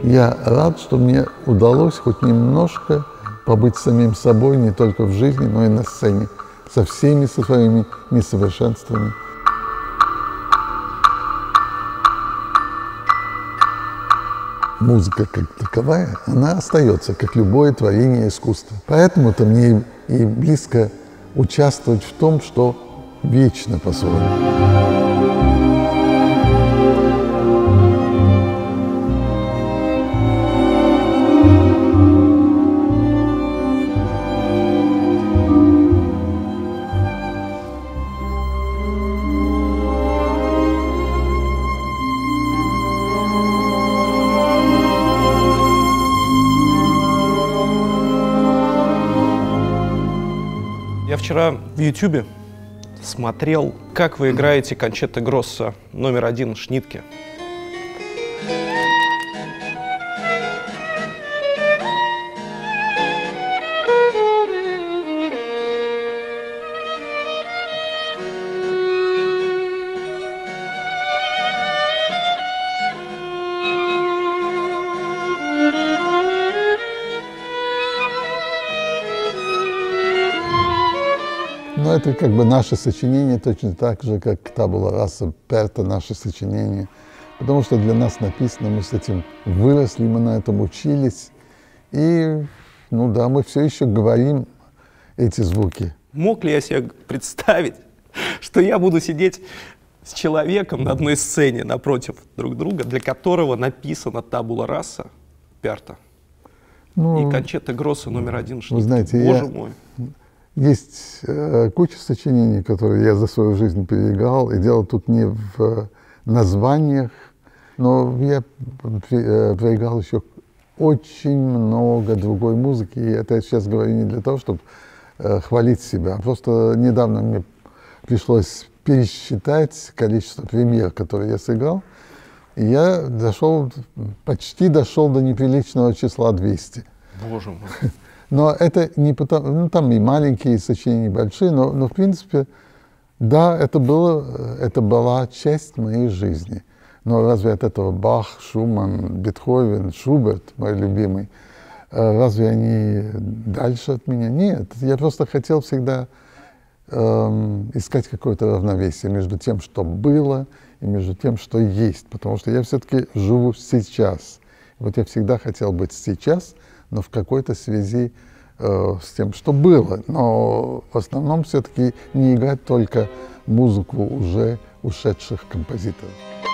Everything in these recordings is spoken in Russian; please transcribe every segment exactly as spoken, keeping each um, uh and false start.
Я рад, что мне удалось хоть немножко побыть самим собой не только в жизни, но и на сцене, со всеми своими несовершенствами. Музыка как таковая, она остается, как любое творение искусства. Поэтому-то мне и близко участвовать в том, что вечно по-своему. Я вчера в Ютубе смотрел, как вы играете Кончетта Гросса номер один Шнитке. Но это как бы наше сочинение, точно так же, как «Табула раса» Перта, наше сочинение. Потому что для нас написано, мы с этим выросли, мы на этом учились. И, ну да, мы все еще говорим эти звуки. Мог ли я себе представить, что я буду сидеть с человеком на одной сцене напротив друг друга, для которого написано «Табула раса» Перта ну, и «Кончетта Гросса» номер один Шнитке? Вы знаете, Боже я... мой! Есть э, куча сочинений, которые я за свою жизнь переиграл, и дело тут не в э, названиях, но я э, проиграл еще очень много другой музыки, и это я сейчас говорю не для того, чтобы э, хвалить себя, просто недавно мне пришлось пересчитать количество премьер, которые я сыграл, и я дошел, почти дошел до неприличного числа двести. Боже мой! Но это не потому, ну там и маленькие сочинения, и большие, но, но в принципе, да, это, было, это была часть моей жизни. Но разве от этого Бах, Шуман, Бетховен, Шуберт, мой любимый, разве они дальше от меня? Нет, я просто хотел всегда эм, искать какое-то равновесие между тем, что было, и между тем, что есть. Потому что я все-таки живу сейчас. Вот я всегда хотел быть сейчас, но в какой-то связи э, с тем, что было. Но в основном все-таки не играть только музыку уже ушедших композиторов.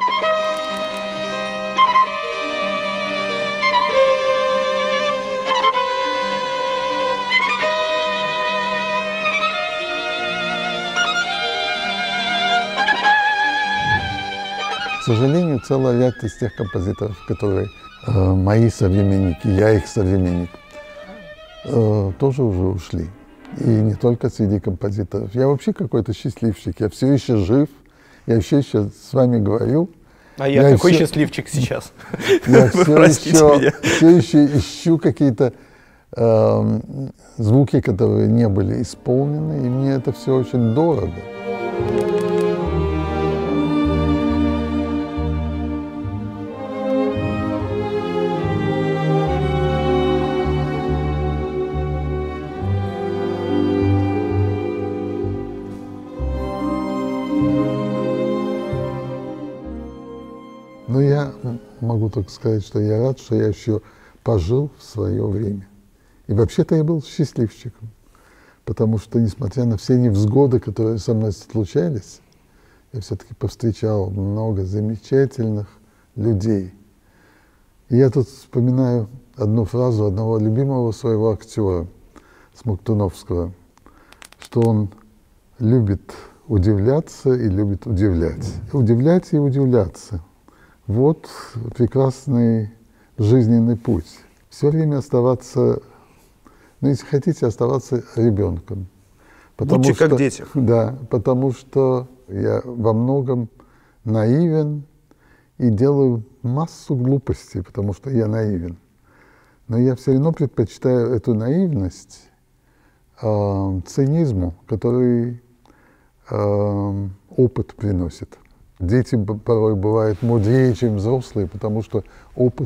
К сожалению, целый ряд из тех композиторов, которые мои современники, я их современник, тоже уже ушли. И не только среди композиторов. Я вообще какой-то счастливчик, я все еще жив, я все еще с вами говорю. А я, я какой все... счастливчик сейчас? Я все еще, все еще ищу какие-то э, звуки, которые не были исполнены, и мне это все очень дорого. Но я могу только сказать, что я рад, что я еще пожил в свое время. И вообще-то я был счастливчиком, потому что, несмотря на все невзгоды, которые со мной случались, я все-таки повстречал много замечательных людей. И я тут вспоминаю одну фразу одного любимого своего актера, Смоктуновского, что он любит удивляться и любит удивлять. Удивлять и удивляться. Вот прекрасный жизненный путь. Все время оставаться, ну, если хотите, оставаться ребенком. Будьте как дети. Да, потому что я во многом наивен и делаю массу глупостей, потому что я наивен. Но я все равно предпочитаю эту наивность э, цинизму, который э, опыт приносит. Дети порой бывают мудрее, чем взрослые, потому что опыт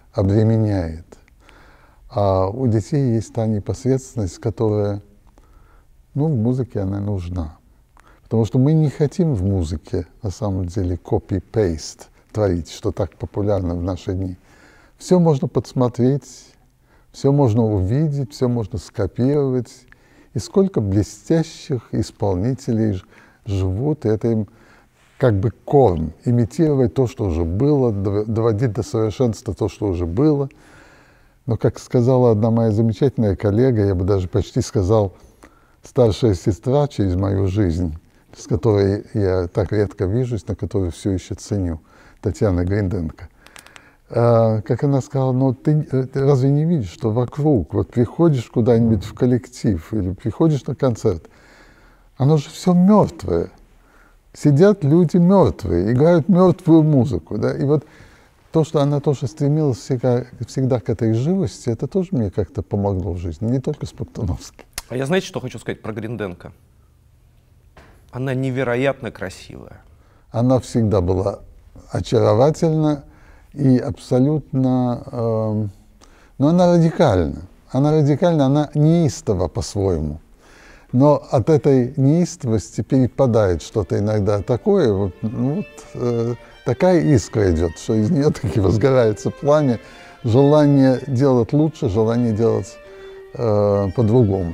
обременяет. А у детей есть та непосредственность, которая, ну, в музыке она нужна. Потому что мы не хотим в музыке, на самом деле, copy-paste творить, что так популярно в наши дни. Все можно подсмотреть, все можно увидеть, все можно скопировать. И сколько блестящих исполнителей живут, и это им как бы корм, имитировать то, что уже было, доводить до совершенства то, что уже было. Но, как сказала одна моя замечательная коллега, я бы даже почти сказал, старшая сестра через мою жизнь, с которой я так редко вижусь, на которую все еще ценю, Татьяна Гринденко. А, как она сказала, ну ты, ты разве не видишь, что вокруг, вот приходишь куда-нибудь в коллектив или приходишь на концерт, оно же все мертвое. Сидят люди мертвые, играют мертвую музыку. Да? И вот то, что она тоже стремилась всегда, всегда к этой живости, это тоже мне как-то помогло в жизни, не только Смоктуновский. А я знаете, что хочу сказать про Гринденко? Она невероятно красивая. Она всегда была очаровательна и абсолютно... Э, но она радикальна. Она радикальна, она неистова по-своему. Но от этой неистовости перепадает что-то иногда такое, вот, ну, вот э, такая искра идет, что из нее таки возгорается пламя, желание делать лучше, желание делать э, по-другому.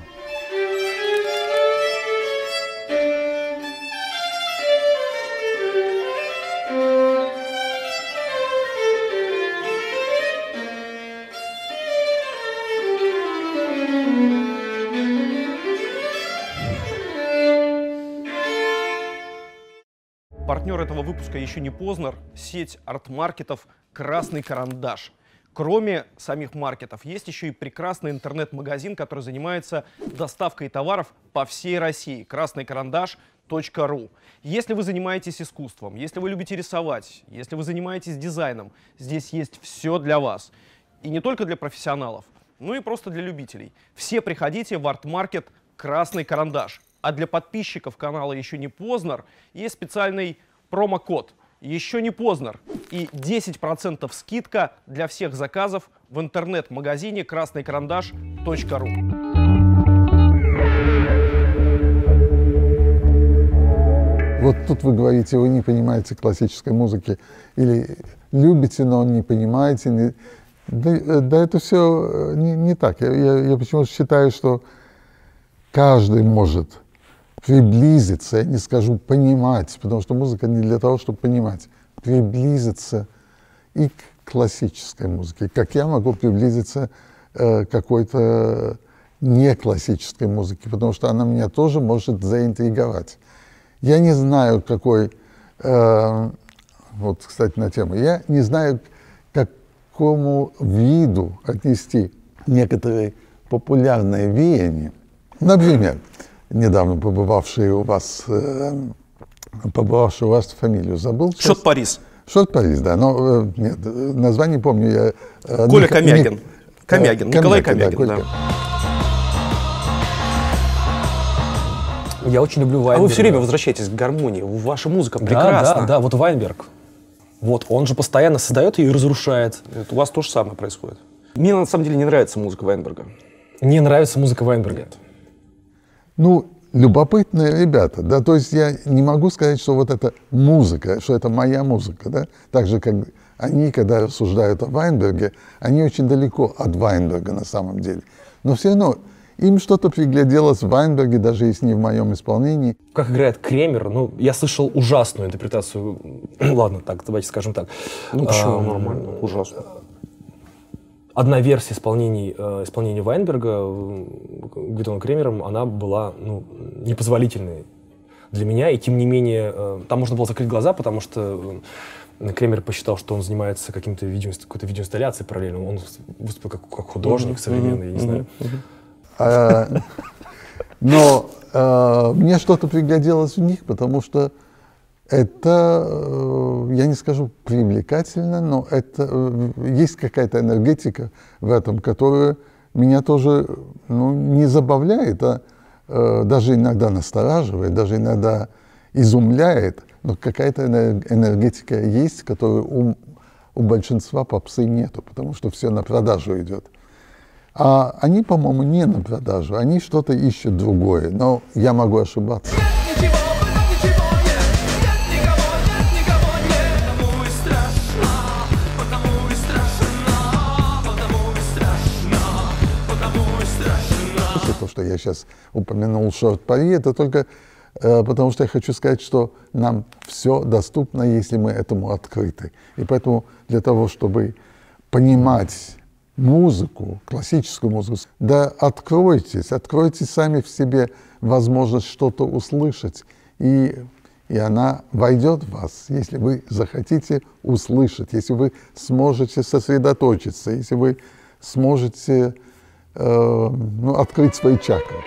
Партнер этого выпуска «Еще не поздно» — сеть арт-маркетов «Красный карандаш». Кроме самих маркетов, есть еще и прекрасный интернет-магазин, который занимается доставкой товаров по всей России. красный карандаш точка ру. Если вы занимаетесь искусством, если вы любите рисовать, если вы занимаетесь дизайном, здесь есть все для вас. И не только для профессионалов, но и просто для любителей. Все приходите в арт-маркет «Красный карандаш». А для подписчиков канала «Еще не поздно» есть специальный промокод «Еще не поздно» и десять процентов скидка для всех заказов в интернет-магазине красный карандаш точка ру. Вот тут вы говорите, вы не понимаете классической музыки, или любите, но не понимаете. Не... Да, да это все не, не так. Я, я, я почему-то считаю, что каждый может приблизиться, я не скажу понимать, потому что музыка не для того, чтобы понимать, приблизиться и к классической музыке, как я могу приблизиться э, к какой-то не классической музыке, потому что она меня тоже может заинтриговать. Я не знаю, какой, э, вот, кстати, на тему, я не знаю, к какому виду отнести некоторые популярные веяния. Например, недавно побывавший у вас, э, побывавший у вас фамилию забыл? Шот Парис. Шот Парис, да, но э, нет, название помню я. Э, Коля Ник, Комягин. Ник, Комягин, э, Николай Комягин, да. да. Я очень люблю Вайнберга. А вы все время возвращаетесь к гармонии, ваша музыка прекрасна. Да, да, да, вот Вайнберг. Вот, он же постоянно создает ее и разрушает. Это у вас то же самое происходит. Мне на самом деле не нравится музыка Вайнберга. Мне нравится музыка Вайнберга. Нет. Ну, любопытные ребята, да, то есть я не могу сказать, что вот это музыка, что это моя музыка, да, так же, как они, когда рассуждают о Вайнберге, они очень далеко от Вайнберга на самом деле, но все равно им что-то пригляделось в Вайнберге, даже если не в моем исполнении. Как играет Кремер, ну, я слышал ужасную интерпретацию, ладно, так, давайте скажем так. Ну, почему? А, нормально, ужасно. Одна версия исполнений, э, исполнения Вайнберга э, Гвидоном Кремером, она была, ну, непозволительной для меня, и тем не менее, э, там можно было закрыть глаза, потому что э, Кремер посчитал, что он занимается каким-то видео, какой-то видеоинсталляцией параллельно, он выступил как, как художник mm-hmm. современный, mm-hmm. я не знаю. Mm-hmm. А, но а, мне что-то пригляделось в них, потому что это, я не скажу привлекательно, но это есть какая-то энергетика в этом, которая меня тоже, ну, не забавляет, а э, даже иногда настораживает, даже иногда изумляет, но какая-то энергетика есть, которая ум, у большинства попсы нету, потому что все на продажу идет. А они, по-моему, не на продажу, они что-то ищут другое, но я могу ошибаться. То, что я сейчас упомянул шорт-пари, это только э, потому, что я хочу сказать, что нам все доступно, если мы этому открыты. И поэтому для того, чтобы понимать музыку, классическую музыку, да откройтесь, откройте сами в себе возможность что-то услышать, и, и она войдет в вас, если вы захотите услышать, если вы сможете сосредоточиться, если вы сможете э, ну, открыть свои чакры.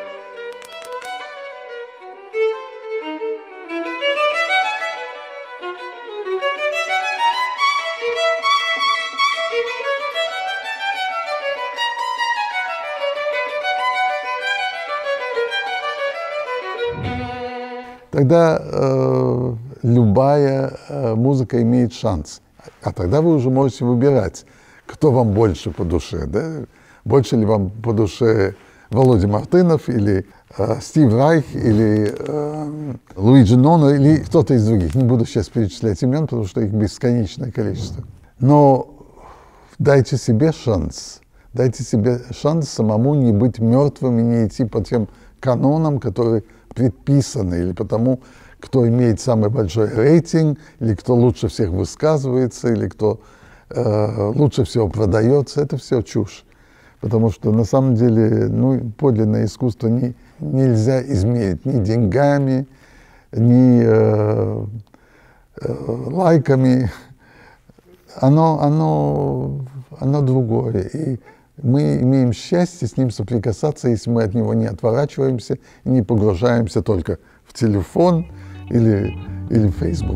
Тогда э, любая э, музыка имеет шанс. А тогда вы уже можете выбирать, кто вам больше по душе. Да? Больше ли вам по душе Володя Мартынов, или э, Стив Райх, или э, Луиджи Ноно, или кто-то из других. Не буду сейчас перечислять имен, потому что их бесконечное количество. Но дайте себе шанс. Дайте себе шанс самому не быть мертвым и не идти по тем канонам, которые предписаны, или потому, кто имеет самый большой рейтинг, или кто лучше всех высказывается, или кто э, лучше всего продается. Это все чушь. Потому что на самом деле ну, подлинное искусство не, нельзя измерить ни деньгами, ни э, э, лайками. Оно, оно, оно другое. И мы имеем счастье с ним соприкасаться, если мы от него не отворачиваемся и не погружаемся только в телефон или, или в Facebook.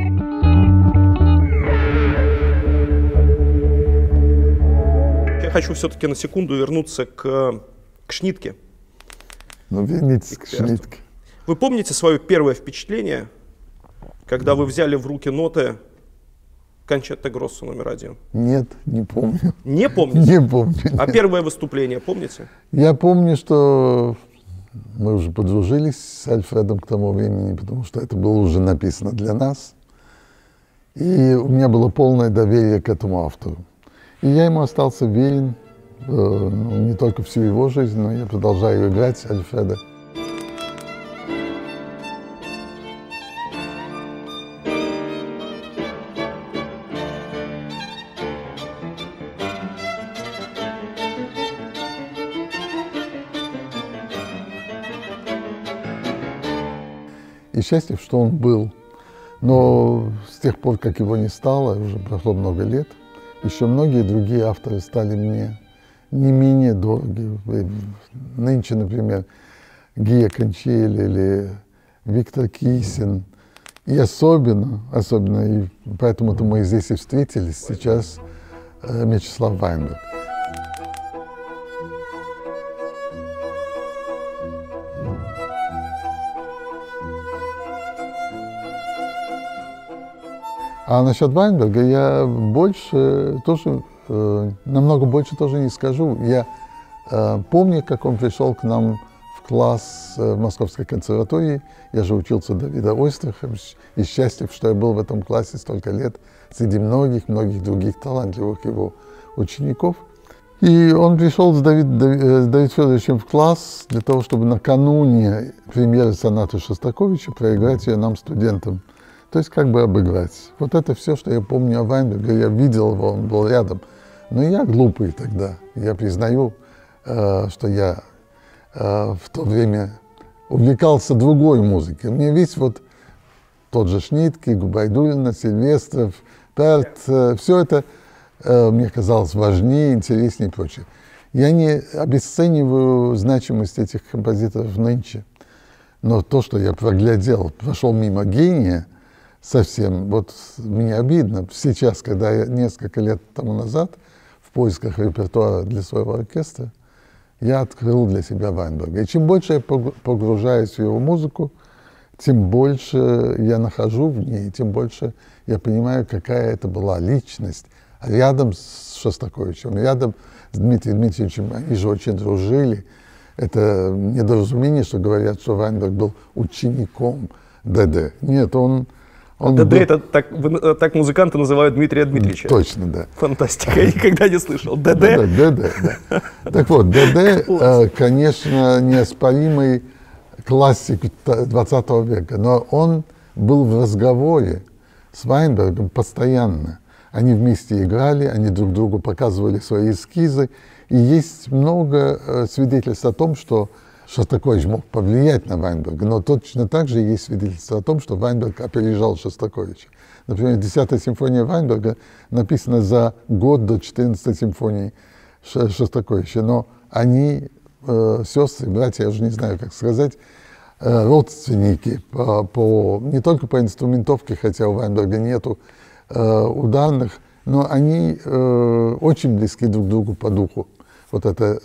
Я хочу все-таки на секунду вернуться к, к Шнитке. Ну, вернитесь к Шнитке. Вы помните свое первое впечатление, когда вы взяли в руки ноты Кончетто Гроссо номер один? Нет, не помню. Не помните? Не помню. А нет. первое выступление помните? Я помню, что мы уже подружились с Альфредом к тому времени, потому что это было уже написано для нас. И у меня было полное доверие к этому автору. И я ему остался верен, э, ну, не только всю его жизнь, но я продолжаю играть Альфреда. И счастлив, что он был. Но с тех пор, как его не стало, уже прошло много лет, еще многие другие авторы стали мне не менее дороги. Нынче, например, Гия Кончели или Виктор Кисин. И особенно, особенно, и поэтому-то мы здесь и встретились, сейчас Мячеслав Вайнберг. А насчет Вайнберга я больше тоже, э, намного больше тоже не скажу. Я э, помню, как он пришел к нам в класс э, в Московской консерватории. Я же учился у Давида Ойстраха, и счастлив, что я был в этом классе столько лет среди многих-многих других талантливых его учеников. И он пришел с, Давид, с Давидом Федоровичем в класс для того, чтобы накануне премьеры сонаты Шостаковича проиграть ее нам, студентам. То есть как бы обыграть. Вот это все, что я помню о Вайнберге. Я видел его, он был рядом. Но я глупый тогда. Я признаю, э, что я э, в то время увлекался другой музыкой. Мне весь вот тот же Шнитке, Губайдулина, Сильвестров, Перт, э, все это э, мне казалось важнее, интереснее и прочее. Я не обесцениваю значимость этих композиторов нынче. Но то, что я проглядел, прошел мимо гения, совсем, вот мне обидно. Сейчас, когда я несколько лет тому назад в поисках репертуара для своего оркестра, я открыл для себя Вайнберга. И чем больше я погружаюсь в его музыку, тем больше я нахожу в ней, тем больше я понимаю, какая это была личность. Рядом с Шостаковичем, рядом с Дмитрием Дмитриевичем, они же очень дружили. Это недоразумение, что говорят, что Вайнберг был учеником ДД. Нет, он... он ДД был... это так, так музыканты называют Дмитрия Дмитриевича. Точно, да. Фантастика, я никогда не слышал. ДД? ДД, да. Так вот, ДД, конечно, неоспоримый классик двадцатого века, но он был в разговоре с Вайнбергом постоянно. Они вместе играли, они друг другу показывали свои эскизы. И есть много свидетельств о том, что Шостакович мог повлиять на Вайнберга, но точно так же есть свидетельства о том, что Вайнберг опережал Шостаковича. Например, десятая симфония Вайнберга написана за год до четырнадцатой симфонии Шостаковича, но они, э, сестры, братья, я уже не знаю, как сказать, э, родственники по, по, не только по инструментовке, хотя у Вайнберга нету э, ударных, но они э, очень близки друг к другу по духу. Вот это,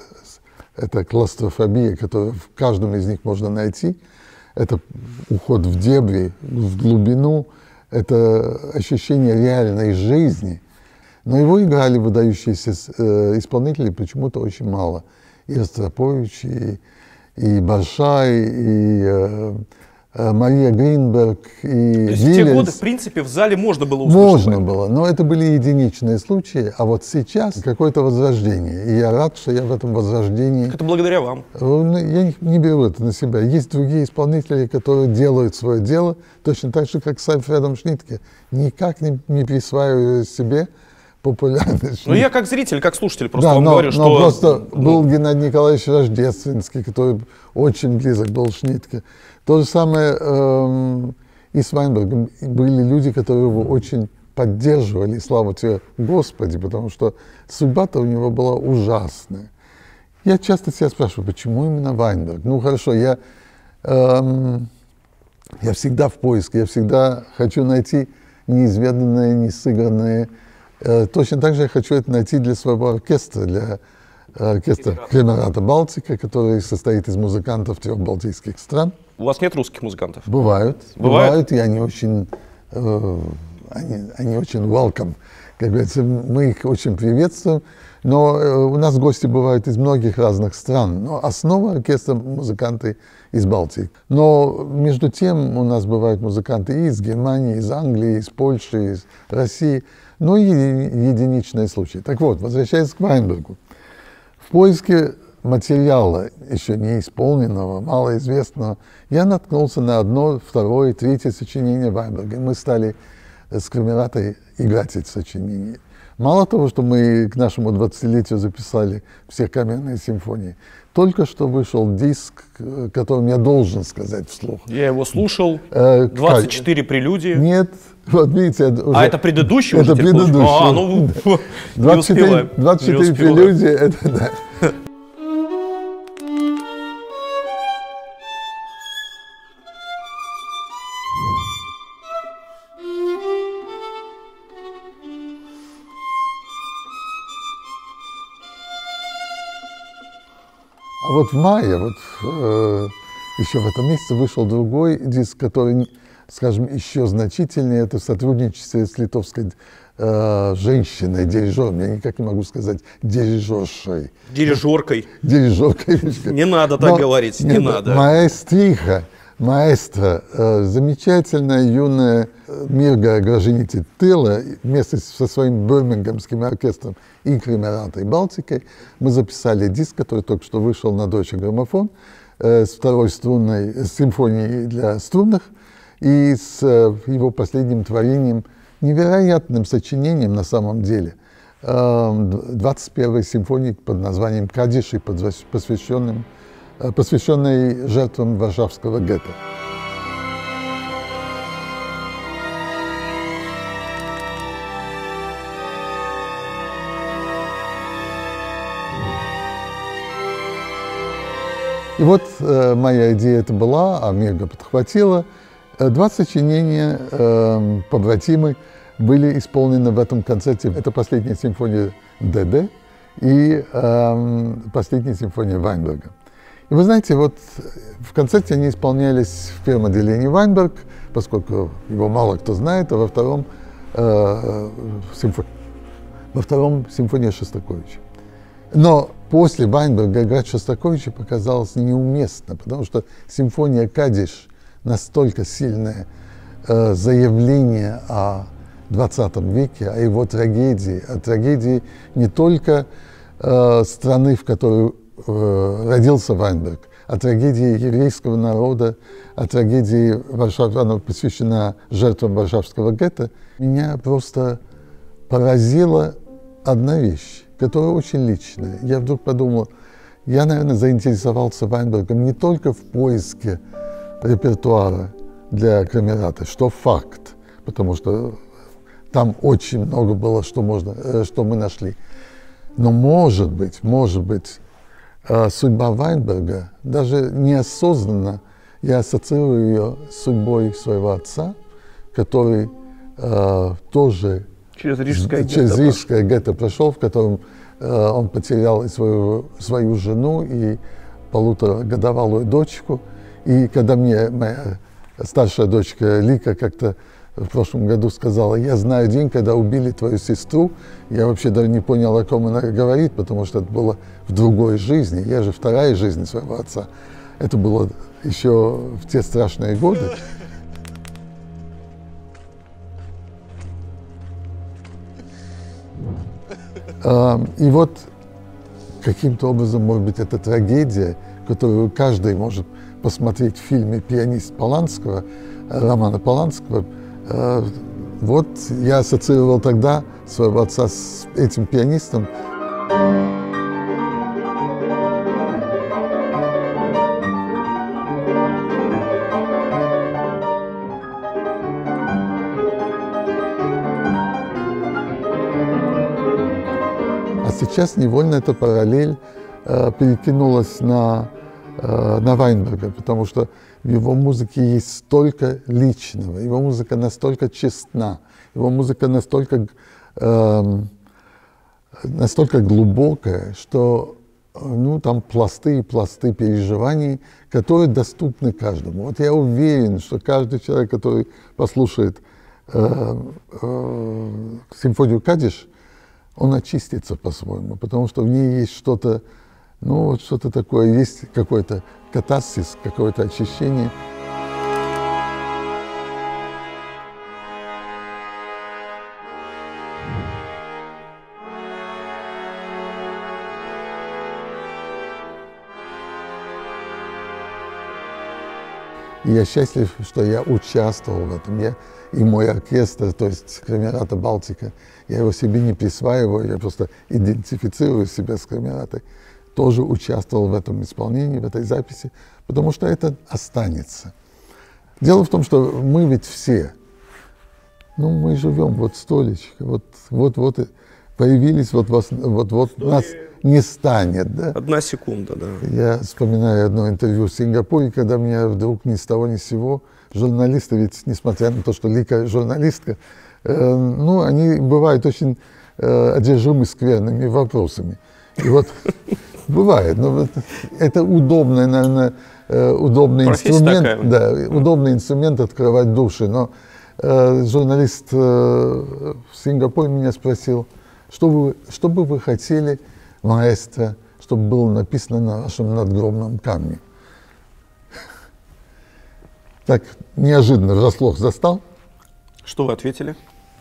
это клаустрофобия, которую в каждом из них можно найти, это уход в дебри, в глубину, это ощущение реальной жизни. Но его играли выдающиеся э, исполнители почему-то очень мало. И Ростропович, и, и Баршай, и э, Мария Гринберг, и То есть Виллельс. в те годы, в принципе, в зале можно было услышать? Можно было, но это были единичные случаи, а вот сейчас какое-то возрождение. И я рад, что я в этом возрождении... Это благодаря вам. Я не, не беру это на себя. Есть другие исполнители, которые делают свое дело, точно так же, как с Альфредом Шнитке. Никак не, не присваиваю себе популярность. Ну, я как зритель, как слушатель просто да, вам но, говорю, но что... просто ну... был Геннадий Николаевич Рождественский, который очень близок был к Шнитке. То же самое эм, и с Вайнбергом. Были люди, которые его очень поддерживали, и слава тебе, Господи, потому что судьба-то у него была ужасная. Я часто себя спрашиваю, почему именно Вайнберг? Ну, хорошо, я, эм, я всегда в поиске, я всегда хочу найти неизведанное, несыгранное. Э, точно так же я хочу это найти для своего оркестра, для оркестра Кремерата Балтика, который состоит из музыкантов трех балтийских стран. У вас нет русских музыкантов? Бывают. Бывают, бывают и они очень, э, они, они очень welcome. Как говорится, мы их очень приветствуем. Но э, у нас гости бывают из многих разных стран. Но основа оркестра — музыканты из Балтии. Но между тем у нас бывают музыканты и из Германии, из Англии, из Польши, из России. Но и единичные случаи. Так вот, возвращаясь к Вайнбергу. В поиске материала, еще не исполненного, малоизвестного, я наткнулся на одно, второе, третье сочинение Вайнберга. И мы стали с Кремератой играть эти сочинения. Мало того, что мы к нашему двадцатилетию записали все камерные симфонии, только что вышел диск, которым я должен сказать вслух. Я его слушал. Э, двадцать четыре прелюдии. Нет, вот видите, уже... А это предыдущий это уже? предыдущий. А, ну, двадцать четыре, не успеваем. двадцать четыре не успеваем. прелюдии, это да. А вот в мае, вот э, еще в этом месяце вышел другой диск, который, скажем, еще значительнее. Это в сотрудничестве с литовской э, женщиной, дирижером. Я никак не могу сказать дирижершей. Дирижеркой. Дирижеркой. Не надо так Но, говорить, не нет, надо. Маэстриха, маэстро, э, замечательная юная Мирга Гражинити Тыла вместе со своим бирмингемским оркестром и Кремератой Балтикой мы записали диск, который только что вышел на Deutsche Grammophon, э, с второй струнной, с симфонией для струнных и с э, его последним творением, невероятным сочинением на самом деле, э, двадцать первой симфонии под названием «Кадиши», посвященным, э, посвященной жертвам Варшавского гетто. И вот э, моя идея это была, а Мирга подхватила. Два сочинения э, побратимы были исполнены в этом концерте. Это последняя симфония ДД и э, последняя симфония Вайнберга. И вы знаете, вот в концерте они исполнялись в первом отделении Вайнберг, поскольку его мало кто знает, а во втором, э, симфо... во втором симфония Шостаковича. Но после Вайнберга играть Шостаковича показалось неуместно, потому что симфония «Кадиш» настолько сильное э, заявление о двадцатом веке, о его трагедии, о трагедии не только э, страны, в которой э, родился Вайнберг, о трагедии еврейского народа, о трагедии Варшавы, она посвящена жертвам Варшавского гетто. Меня просто поразила одна вещь, которая очень личная. Я вдруг подумал, я, наверное, заинтересовался Вайнбергом не только в поиске репертуара для Крамерата, что факт, потому что там очень много было, что, можно, что мы нашли. Но, может быть, может быть, судьба Вайнберга, даже неосознанно я ассоциирую ее с судьбой своего отца, который э, тоже через Рижское через гетто, Рижское гетто прошел, в котором э, он потерял и свою, свою жену, и полуторагодовалую дочку. И когда мне моя старшая дочка Лика как-то в прошлом году сказала, я знаю день, когда убили твою сестру, я вообще даже не понял, о ком она говорит, потому что это было в другой жизни. Я же вторая жизнь своего отца. Это было еще в те страшные годы. И вот каким-то образом, может быть, это трагедия, которую каждый может посмотреть в фильме «Пианист» Поланского, Романа Поланского. Вот я ассоциировал тогда своего отца с этим пианистом. А сейчас невольно эта параллель э, перекинулась на, э, на Вайнберга, потому что в его музыке есть столько личного, его музыка настолько честна, его музыка настолько, э, настолько глубокая, что ну, там пласты и пласты переживаний, которые доступны каждому. Вот я уверен, что каждый человек, который послушает э, э, симфонию «Кадиш», он очистится по-своему, потому что в ней есть что-то, ну, вот что-то такое, есть какой-то катарсис, какое-то очищение. И я счастлив, что я участвовал в этом. Я и мой оркестр, то есть Крамерата Балтика, я его себе не присваиваю, я просто идентифицирую себя с Крамератой, тоже участвовал в этом исполнении, в этой записи, потому что это останется. Дело в том, что мы ведь все, ну, мы живем вот столечко, вот, вот, вот появились, вот, вас, вот, вот нас не станет, да? Одна секунда, да. Я вспоминаю одно интервью в Сингапуре, когда меня вдруг ни с того ни с сего журналисты, ведь несмотря на то, что Лика журналистка, э, ну, они бывают очень э, одержимы скверными вопросами. И вот бывает, но это удобный, наверное, э, удобный инструмент, да, удобный инструмент открывать души. Но э, журналист э, в Сингапуре меня спросил, что вы, что бы вы хотели, маэстро, чтобы было написано на вашем надгробном камне. Так неожиданно врасплох застал. Что вы ответили?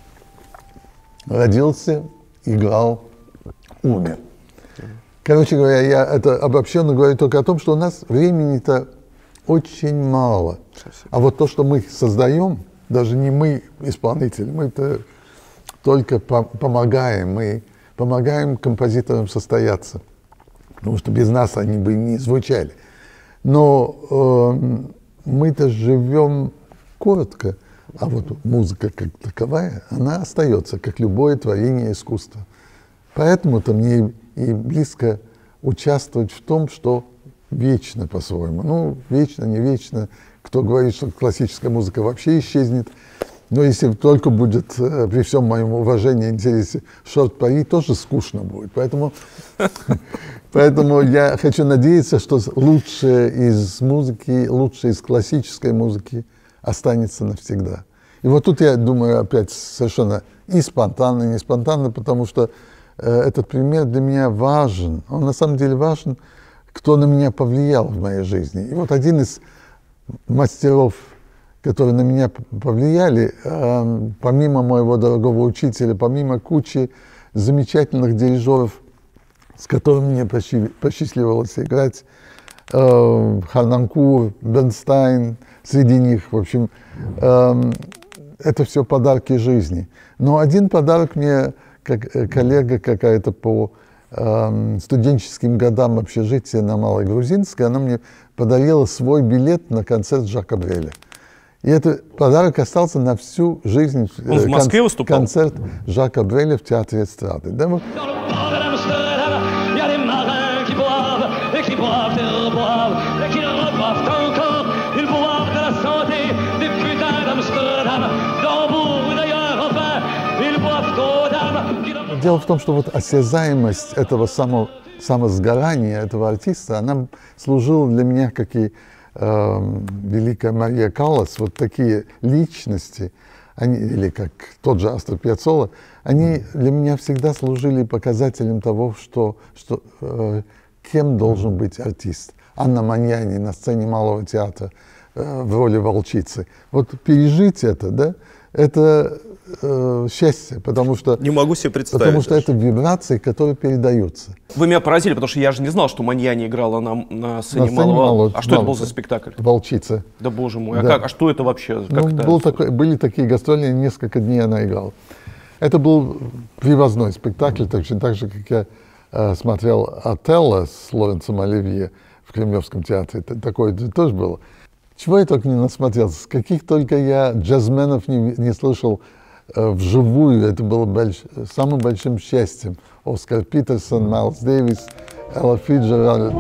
Родился, играл, умер. Короче говоря, я это обобщенно говорю только о том, что у нас времени-то очень мало. Совсем. А вот то, что мы создаем, даже не мы, исполнители, мы-то только по- помогаем, мы помогаем композиторам состояться, потому что без нас они бы не звучали. Но э, мы-то живем коротко, а вот музыка как таковая, она остается, как любое творение искусства. Поэтому-то мне и близко участвовать в том, что вечно по-своему. Ну, вечно, не вечно. Кто говорит, что классическая музыка вообще исчезнет, Но если только будет, при всем моем уважении и интересе, шорт-пари, тоже скучно будет. Поэтому, поэтому я хочу надеяться, что лучшее из музыки, лучшее из классической музыки останется навсегда. И вот тут я думаю опять совершенно и спонтанно, и не спонтанно, потому что э, этот пример для меня важен. Он на самом деле важен, кто на меня повлиял в моей жизни. И вот один из мастеров, которые на меня повлияли, э, помимо моего дорогого учителя, помимо кучи замечательных дирижеров, с которыми мне посчастливилось играть, э, Харнанкур, Бернстайн, среди них, в общем, э, это все подарки жизни. Но один подарок мне, как коллега какая-то по э, студенческим годам общежития на Малой Грузинской, она мне подарила свой билет на концерт Жака Бреля. И этот подарок остался на всю жизнь. Он в Москве выступал? Концерт Жака Бреля в Театре эстрады. Да, вот. Дело в том, что вот осязаемость этого само, самосгорания этого артиста, она служила для меня, как и э, великая Мария Каллас, вот такие личности, они, или как тот же Астор Пьяццола, они для меня всегда служили показателем того, что, что, э, кем должен быть артист. Анна Маньяни на сцене Малого театра э, в роли волчицы. Вот пережить это, да, это э, счастье, потому что... Не могу себе представить. Потому что это вибрации, которые передаются. Вы меня поразили, потому что я же не знал, что Маньяни играла на, на сцене, на сцене Малого. Мало... А что Мало... это был за спектакль? Волчица. Да боже мой, а, да. как? А что это вообще? Как ну, это? Был такой, были такие гастроли, несколько дней она играла. Это был привозной спектакль, точно так же, как я э, смотрел «Отелло» с Лоренцем Оливье в Кремлевском театре. Это, такое тоже было. Чего я только не насмотрелся, каких только я джазменов не, не слышал э, вживую. Это было больш... самым большим счастьем. Оскар Питерсон, Майлз Дэвис, Элла Фиджеральд.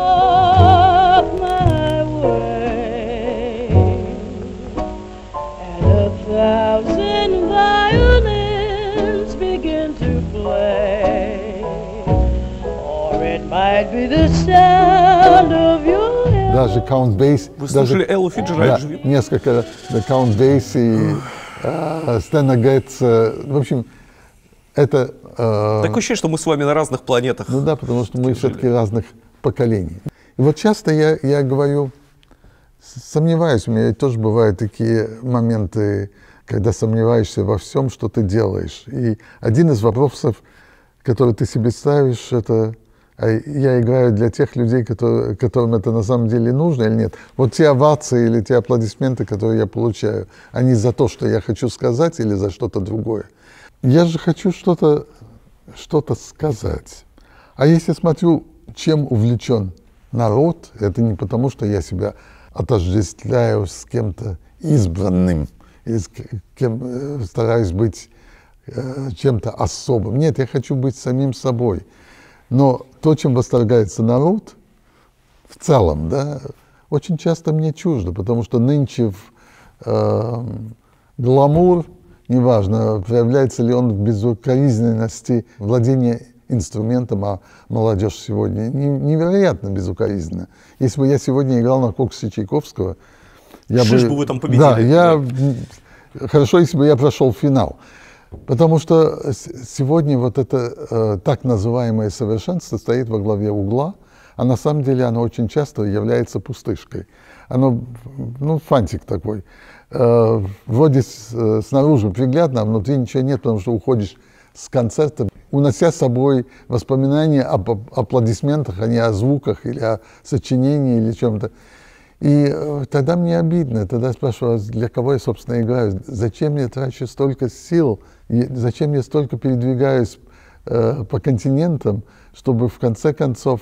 Даже Count Basie. Вы слушали даже, Эллу Фиджеральд? Да, несколько. Да, Count Basie, э, Стэна Гетца. В общем, это... Э, Такое ощущение, что мы с вами на разных планетах. Ну да, потому что мы все-таки разных поколений. И вот часто я, я говорю, сомневаюсь, у меня тоже бывают такие моменты, когда сомневаешься во всем, что ты делаешь. И один из вопросов, который ты себе ставишь, это... А я играю для тех людей, которые, которым это на самом деле нужно или нет. Вот те овации или те аплодисменты, которые я получаю, они за то, что я хочу сказать, или за что-то другое. Я же хочу что-то что-то сказать. А если смотрю, чем увлечен народ, это не потому, что я себя отождествляю с кем-то избранным, или с кем стараюсь быть э, чем-то особым. Нет, я хочу быть самим собой. Но то, чем восторгается народ, в целом, да, очень часто мне чуждо, потому что нынче в э, гламур, неважно, проявляется ли он в безукоризненности владения инструментом, а молодежь сегодня невероятно безукоризненна. Если бы я сегодня играл на коксе Чайковского, я Шиш бы... бы вы там победили. Да, я... Да. Хорошо, если бы я прошел финал. Потому что сегодня вот это э, так называемое совершенство стоит во главе угла, а на самом деле оно очень часто является пустышкой. Оно, ну, фантик такой. Э, вроде с, э, снаружи приглядно, а внутри ничего нет, потому что уходишь с концерта, унося с собой воспоминания об аплодисментах, а не о звуках или о сочинении или чем-то. И э, тогда мне обидно, тогда спрашиваю, для кого я, собственно, играю, зачем я трачу столько сил, и зачем я столько передвигаюсь э, по континентам, чтобы в конце концов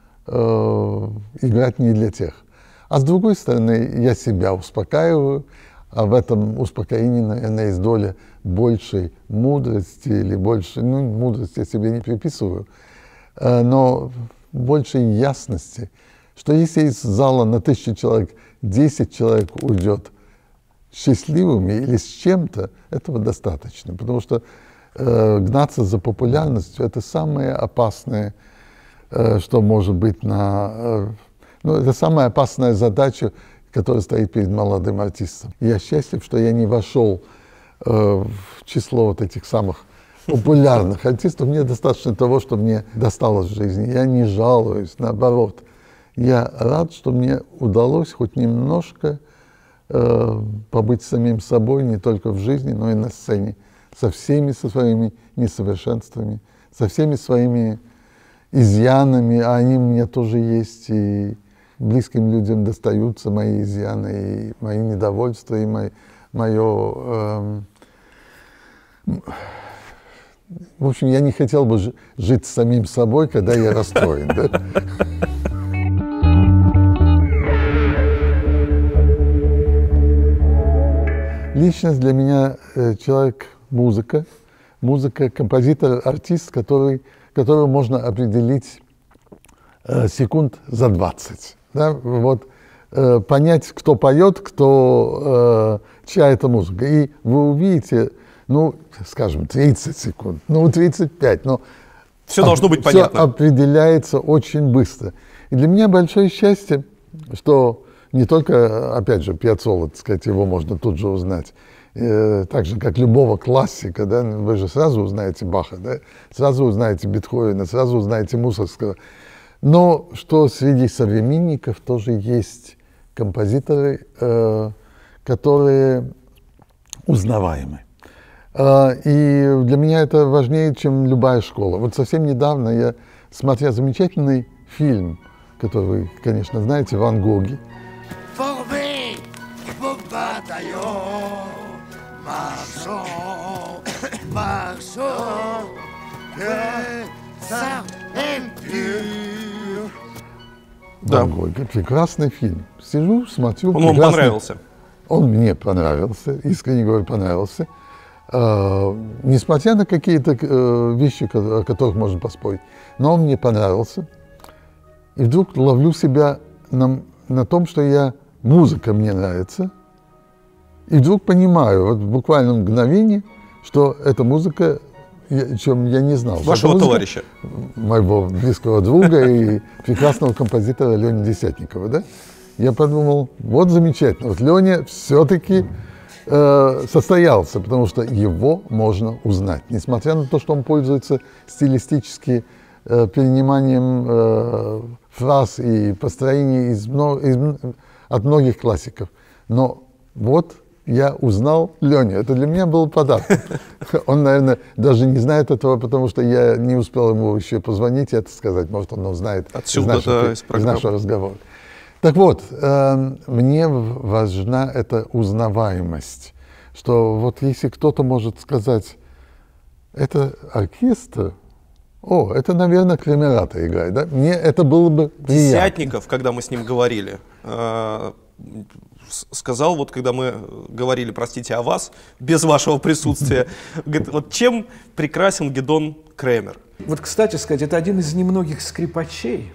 э, играть не для тех. А с другой стороны, я себя успокаиваю, а в этом успокоении, наверное, есть доля большей мудрости или больше, ну, мудрости я себе не приписываю, э, но большей ясности, что если из зала на тысячу человек десять человек уйдет счастливыми или с чем-то, этого достаточно. Потому что э, гнаться за популярностью — это самое опасное, э, что может быть на... Э, ну, это самая опасная задача, которая стоит перед молодым артистом. Я счастлив, что я не вошел э, в число вот этих самых популярных артистов. Мне достаточно того, что мне досталось в жизни. Я не жалуюсь, наоборот. Я рад, что мне удалось хоть немножко э, побыть самим собой не только в жизни, но и на сцене, со всеми со своими несовершенствами, со всеми своими изъянами, а они у меня тоже есть, и близким людям достаются мои изъяны, и мои недовольства, и мое... мое э, в общем, я не хотел бы жить с самим собой, когда я расстроен. Да? Личность для меня э, человек музыка, музыка, композитор, артист, который, которого можно определить э, секунд за двадцать. Да? Вот, э, понять, кто поет, кто, э, чья это музыка. И вы увидите, ну, скажем, тридцать секунд, ну, тридцать пять, но все об, должно быть все понятно. Определяется очень быстро. И для меня большое счастье, что не только, опять же, Пиаццолла, так сказать, его можно тут же узнать, э, так же, как любого классика, да, вы же сразу узнаете Баха, да, сразу узнаете Бетховена, сразу узнаете Мусоргского. Но что среди современников тоже есть композиторы, э, которые узнаваемы. И для меня это важнее, чем любая школа. Вот совсем недавно я смотрел замечательный фильм, который вы, конечно, знаете, «Ван Гоги». Да. «Ван Гоги». Прекрасный фильм. Сижу, смотрю. Он вам понравился? Он мне понравился, искренне говоря, понравился. Uh, несмотря на какие-то uh, вещи, о которых можно поспорить, но он мне понравился. И вдруг ловлю себя на, на том, что я, музыка мне нравится, и вдруг понимаю, вот в буквальном мгновении, что эта музыка, о чем я не знал. Вашего товарища. Моего близкого друга и прекрасного композитора Лени Десятникова, да? Я подумал, вот замечательно, вот Леня все-таки состоялся, потому что его можно узнать. Несмотря на то, что он пользуется стилистически э, перениманием э, фраз и построений из, из, от многих классиков. Но вот я узнал Леню. Это для меня был подарок. Он, наверное, даже не знает этого, потому что я не успел ему еще позвонить и это сказать. Может, он узнает из нашего, из нашего разговора. Так вот, э, мне важна эта узнаваемость, что вот если кто-то может сказать, это оркестр, о, это, наверное, Кремерата играет, да? Мне это было бы приятно. Десятников, когда мы с ним говорили, э, сказал, вот когда мы говорили, простите, о вас, без вашего присутствия, говорит, вот чем прекрасен Гидон Кремер? Вот, кстати сказать, это один из немногих скрипачей,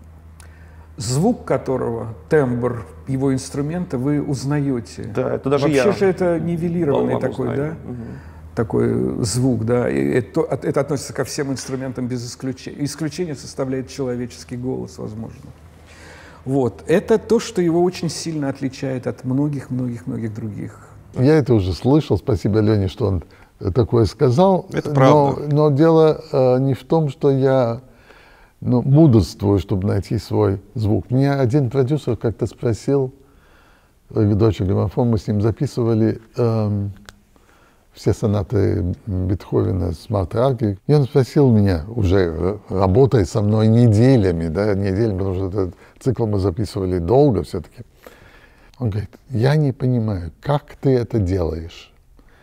звук которого, тембр его инструмента вы узнаете. Да, это даже Вообще я. же это нивелированный Болван такой, узнаю. да? Угу. Такой звук, да. И это, это относится ко всем инструментам без исключения. Исключение составляет человеческий голос, возможно. Вот. Это то, что его очень сильно отличает от многих-многих-многих других. Я это уже слышал. Спасибо Лене, что он такое сказал. Это правда. Но, но дело э, не в том, что я ну, мудрствую, чтобы найти свой звук. Меня один продюсер как-то спросил, ведущий граммофон, мы с ним записывали э, все сонаты Бетховена с Мартой Аргей. И он спросил меня, уже работая со мной неделями, да, неделями, потому что этот цикл мы записывали долго все-таки. Он говорит, я не понимаю, как ты это делаешь?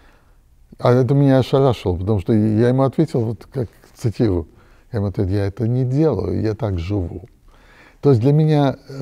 А это меня ошарашило, потому что я ему ответил, вот как цитирую, я ему ответил, я это не делаю, я так живу. То есть для меня э,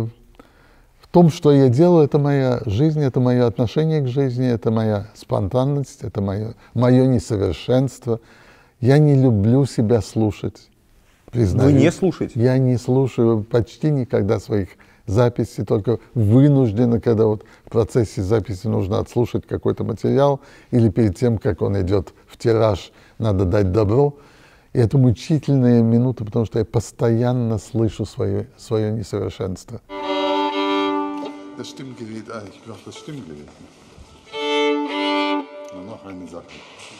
в том, что я делаю, это моя жизнь, это мое отношение к жизни, это моя спонтанность, это мое, мое несовершенство. Я не люблю себя слушать, признаюсь. Вы не слушаете? Я не слушаю почти никогда своих записи, только вынужденно, когда вот в процессе записи нужно отслушать какой-то материал, или перед тем, как он идет в тираж, надо дать добро. И это мучительная минута, потому что я постоянно слышу свое, свое несовершенство. Das Stimmgerät, ah, ich brauche das Stimmgerät. Noch eine Sache.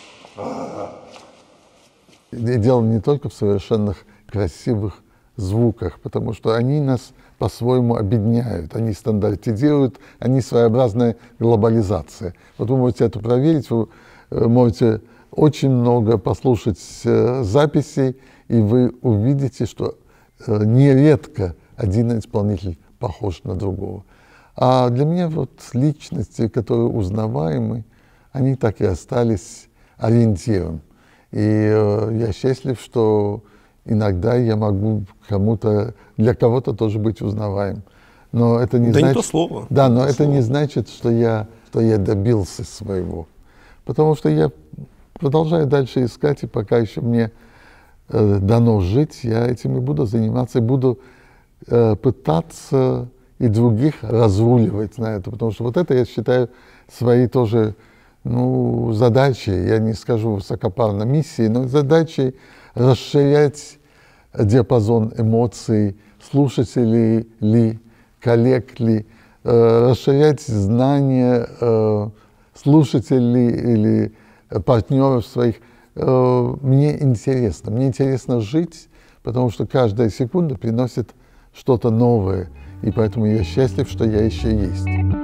И дело не только в совершенных красивых звуках, потому что они нас по-своему объединяют, они стандартизируют, они своеобразная глобализация. Вот вы можете это проверить, вы можете очень много послушать записей, и вы увидите, что нередко один исполнитель похож на другого. А для меня вот личности, которые узнаваемы, они так и остались ориентиром. И э, я счастлив, что иногда я могу кому-то, для кого-то тоже быть узнаваем. Но это не да значит, не то слово. Да, но не это слово. не значит, что я, что я добился своего. Потому что я продолжаю дальше искать, и пока еще мне э, дано жить, я этим и буду заниматься, и буду э, пытаться и других разруливать на это. Потому что вот это я считаю своей тоже, ну, задачей, я не скажу высокопарно миссией, но задачей расширять диапазон эмоций слушателей ли, коллег ли, э, расширять знания э, слушателей или партнеров своих. Э, мне интересно, мне интересно жить, потому что каждая секунда приносит что-то новое, и поэтому я счастлив, что я еще есть.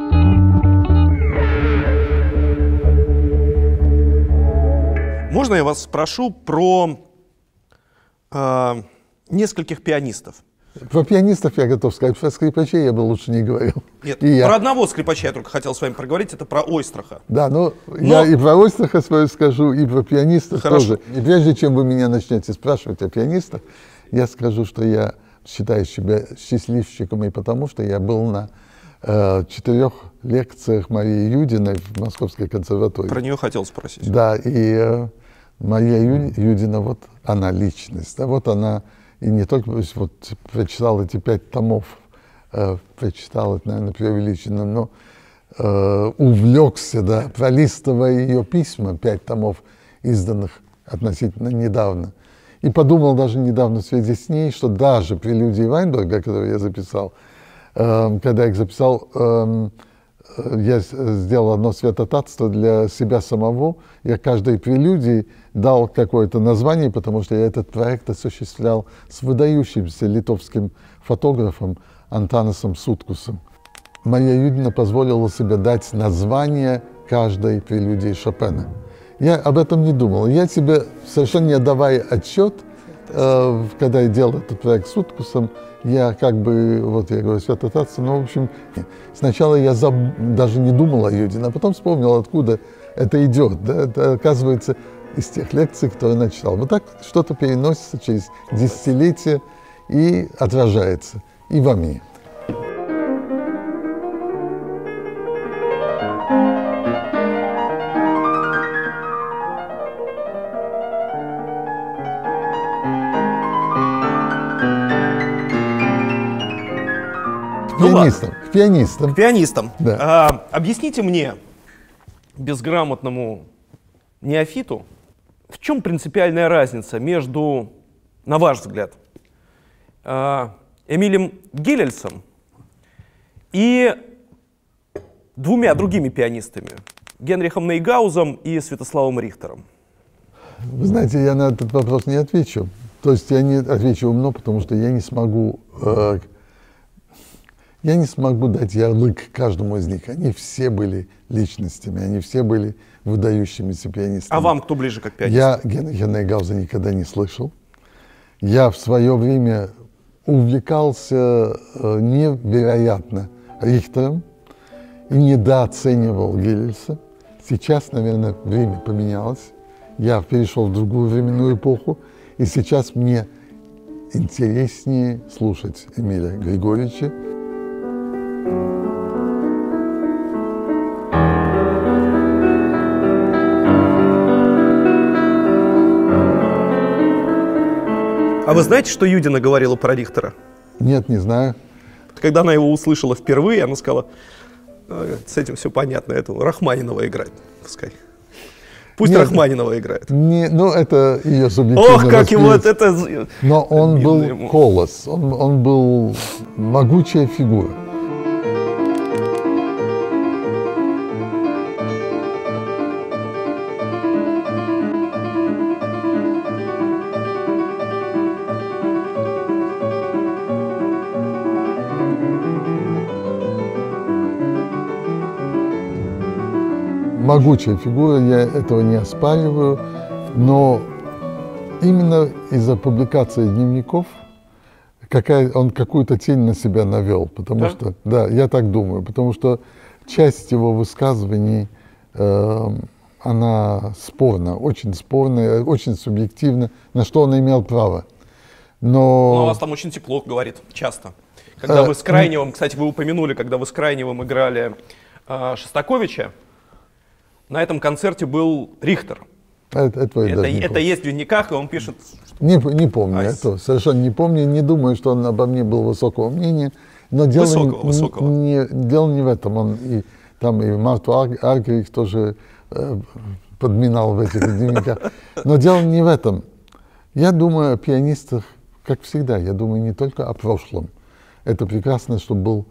Можно я вас спрошу про э, нескольких пианистов? Про пианистов я готов сказать, про скрипачей я бы лучше не говорил. Нет, и про я. одного скрипача я только хотел с вами проговорить, это про Ойстраха. Да, но, Но... я и про Ойстраха свою скажу, и про пианистов Хорошо. тоже. И прежде чем вы меня начнете спрашивать о пианистах, я скажу, что я считаю себя счастливчиком и потому, что я был на э, четырех лекциях Марии Юдиной в Московской консерватории. Про нее хотел спросить. Да, и э, Мария Ю, Юдина, вот она личность, да, вот она, и не только вот, прочитал эти пять томов, э, прочитал это, наверное, преувеличенно, но э, увлекся, да, пролистывая ее письма, пять томов, изданных относительно недавно. И подумал даже недавно в связи с ней, что даже прелюдии Вайнберга, которые я записал, э, когда я их записал, э, я сделал одно святотатство для себя самого. Я каждой прелюдии дал какое-то название, потому что я этот проект осуществлял с выдающимся литовским фотографом Антанасом Суткусом. Мария Юдина позволила себе дать название каждой прелюдии Шопена. Я об этом не думал. Я себе, совершенно не отдавая отчет, э, когда я делал этот проект с Суткусом, я как бы, вот я говорю, святотатство, но, в общем, сначала я заб... даже не думал о Юдине, а потом вспомнил, откуда это идет. Да? Это, оказывается, из тех лекций, которые я читал. Вот так что-то переносится через десятилетия и отражается и во мне. К пианистам, к пианистам. К пианистам. Да. А, объясните мне, безграмотному неофиту, в чем принципиальная разница между, на ваш взгляд, а, Эмилем Гиллельсом и двумя другими пианистами, Генрихом Нейгаузом и Святославом Рихтером? Вы знаете, я на этот вопрос не отвечу. То есть я не отвечу умно, потому что я не смогу, э, я не смогу дать ярлык каждому из них. Они все были личностями, они все были выдающимися пианистами. А вам кто ближе как пианист? Я Генриха Нейгауза никогда не слышал. Я в свое время увлекался э, невероятно Рихтером и недооценивал Гиллельса. Сейчас, наверное, время поменялось. Я перешел в другую временную эпоху, и сейчас мне интереснее слушать Эмиля Григорьевича. А вы знаете, что Юдина говорила про Рихтера? Нет, не знаю. Когда она его услышала впервые, она сказала, с этим все понятно, это Рахманинова играть, пускай. Пусть Нет, Рахманинова играет. Не, ну, это ее субъективное Ох, как его это... это... Но он был ему. колос, он, он был могучая фигура. Могучая фигура, я этого не оспариваю, но именно из-за публикации дневников какая, он какую-то тень на себя навел, потому да? что, да, я так думаю, потому что часть его высказываний, э, она спорна, очень спорная, очень субъективна, на что он имел право. Но... Но у вас там очень тепло говорит, часто. Когда вы с Крайневым, кстати, вы упомянули, когда вы с Крайневым играли э, Шостаковича, на этом концерте был Рихтер. Это, это, это, это есть в дневниках, и он пишет... Не, не помню, а это совершенно не помню, не думаю, что он обо мне был высокого мнения. Но дело, высокого, не, высокого. Не, дело не в этом. Он и, там и Марту Аргерих тоже э, подминал в этих дневниках. Но дело не в этом. Я думаю о пианистах, как всегда, я думаю не только о прошлом. Это прекрасно, что был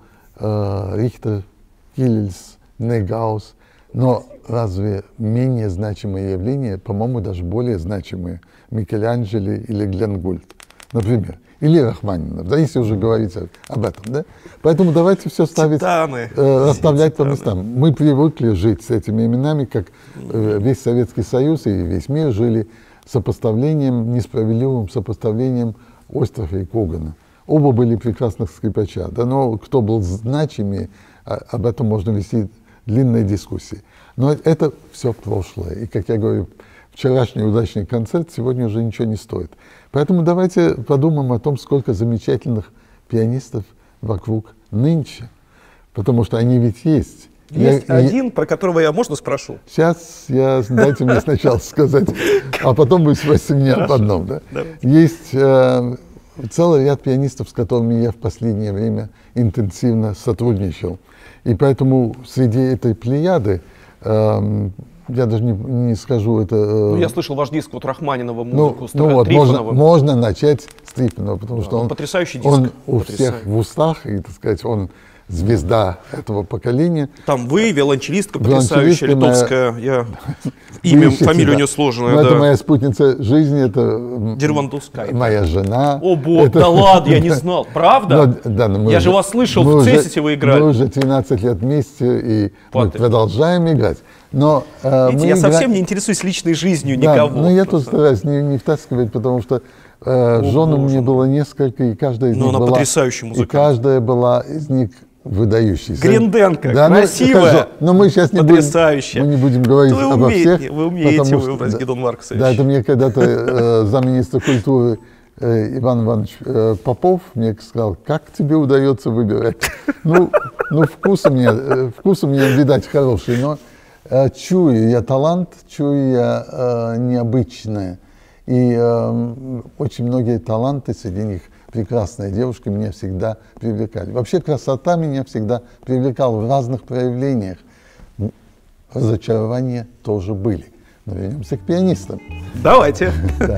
э, Рихтер, Киллельс, Нейгаус. Но разве менее значимые явления, по-моему, даже более значимые, Микеланджело или Глен Гульд, например, или Рахманинов, да, если уже говорить об этом, да? Поэтому давайте все ставить, Титаны. э, расставлять по местам. Мы привыкли жить с этими именами, как э, весь Советский Союз и весь мир жили сопоставлением, несправедливым сопоставлением Ойстрахта и Когана. Оба были прекрасных скрипача, да, но кто был значимее, об этом можно вести длинные дискуссии. Но это все прошлое. И, как я говорю, вчерашний удачный концерт сегодня уже ничего не стоит. Поэтому давайте подумаем о том, сколько замечательных пианистов вокруг нынче. Потому что они ведь есть. Есть я, один, я... про которого я, можно, спрошу? Сейчас я, дайте мне сначала сказать, а потом вы спросите меня об одном. Да? Есть э, целый ряд пианистов, с которыми я в последнее время интенсивно сотрудничал. И поэтому среди этой плеяды, э, я даже не, не скажу это... Э, ну, я слышал ваш диск вот Рахманинова, музыку, ну, ну вот, можно, Трифонова. можно начать с Трифонова, потому да, что он, потрясающий диск. Он у Потрясающий. всех в устах, и, так сказать, он звезда этого поколения. Там вы, виолончелистка потрясающая, литовская, я... Вы имя, ищете, фамилия да. у нее сложная, Но да. это моя спутница жизни, это Дервандуская. моя жена. О, бог, это... да ладно, я не знал. Правда? Но, да, но я уже, же вас слышал, в Цессисе вы играли. Мы уже тринадцать лет вместе, и Паты. мы продолжаем играть. Но, э, Видите, мы я игра... совсем не интересуюсь личной жизнью да, никого. Но я тут стараюсь не, не втаскивать, потому что э, жен у меня было несколько, и каждая из но них она была... потрясающая музыкант. И каждая была из них выдающийся. Гринденко, да, красивая, ну, но мы сейчас не потрясающая. Будем, мы не будем говорить вы обо умеете, всех. Вы умеете что, выбрать, да, Гедон Марксович. Да, это мне когда-то э, замминистра культуры э, Иван Иванович э, Попов мне сказал, как тебе удается выбирать. Ну, ну вкус у меня, э, вкус у меня, видать, хороший, но э, чую я талант, чую я э, необычное. И э, очень многие таланты, среди них прекрасные девушки, меня всегда привлекали. Вообще красота меня всегда привлекала в разных проявлениях. Разочарования тоже были. Но вернемся к пианистам. Давайте. Да.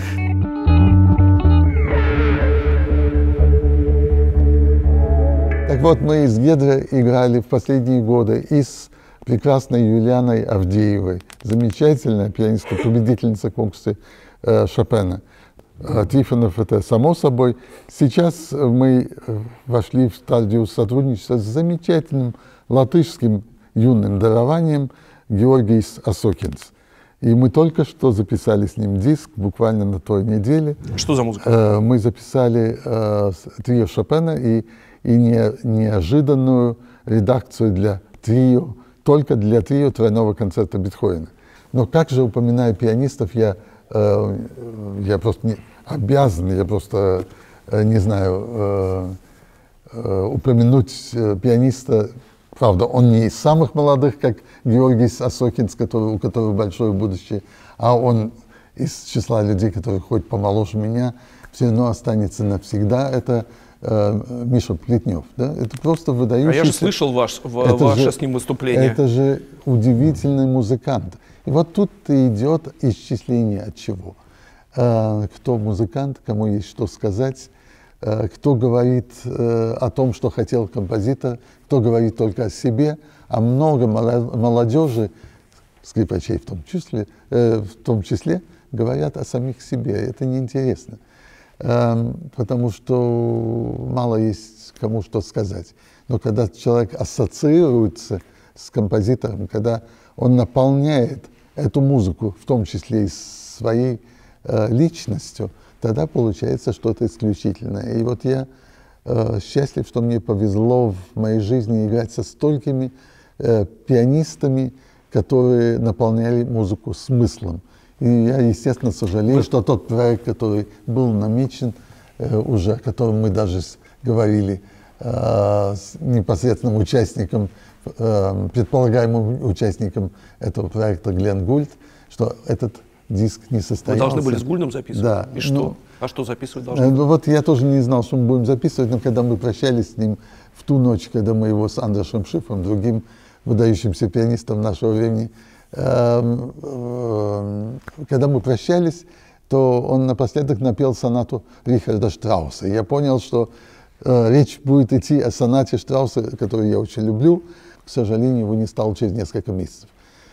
Так вот, мы из Гедре играли в последние годы и с прекрасной Юлианой Авдеевой, замечательная пианистка, победительница конкурса э, Шопена. Трифонов — это само собой. Сейчас мы вошли в стадию сотрудничества с замечательным латышским юным дарованием Георгис Осокинс. И мы только что записали с ним диск, буквально на той неделе. Что за музыка? Мы записали трио Шопена и, и не, неожиданную редакцию для трио, только для трио тройного концерта Бетховена. Но как же, упоминая пианистов, я я просто не обязан, я просто не знаю, э, э, упомянуть пианиста, правда, он не из самых молодых, как Георгис Осокинс, который, у которого большое будущее, а он из числа людей, которые хоть помоложе меня, все равно останется навсегда. Это э, Миша Плетнев. Да? Это просто выдающийся... А я же слышал ваш, в, это ваше же, с ним выступление. Это же удивительный музыкант. И вот тут-то идет исчисление от чего. Э, кто музыкант, кому есть что сказать, э, кто говорит э, о том, что хотел композитор, кто говорит только о себе, а много молодежи, скрипачей в том числе, э, в том числе говорят о самих себе. Это неинтересно, э, потому что мало есть кому что сказать. Но когда человек ассоциируется с композитором, когда он наполняет эту музыку, в том числе и своей э, личностью, тогда получается что-то исключительное. И вот я э, счастлив, что мне повезло в моей жизни играть со столькими э, пианистами, которые наполняли музыку смыслом. И я, естественно, сожалею, что тот проект, который был намечен, э, уже, о котором мы даже говорили э, с непосредственным участником, э, предполагаемым участником этого проекта Глен Гульд, что этот диск не состоялся. Вы должны были с Гульдом записывать? Да. И что? Ну, а что записывать должны? Ну, вот я тоже не знал, что мы будем записывать, но когда мы прощались с ним в ту ночь, когда мы его с Андерсом Шифом, другим выдающимся пианистом нашего времени, э, э, когда мы прощались, то он напоследок напел сонату Рихарда Штрауса. И я понял, что э, речь будет идти о сонате Штрауса, которую я очень люблю. К сожалению, его не стало через несколько месяцев.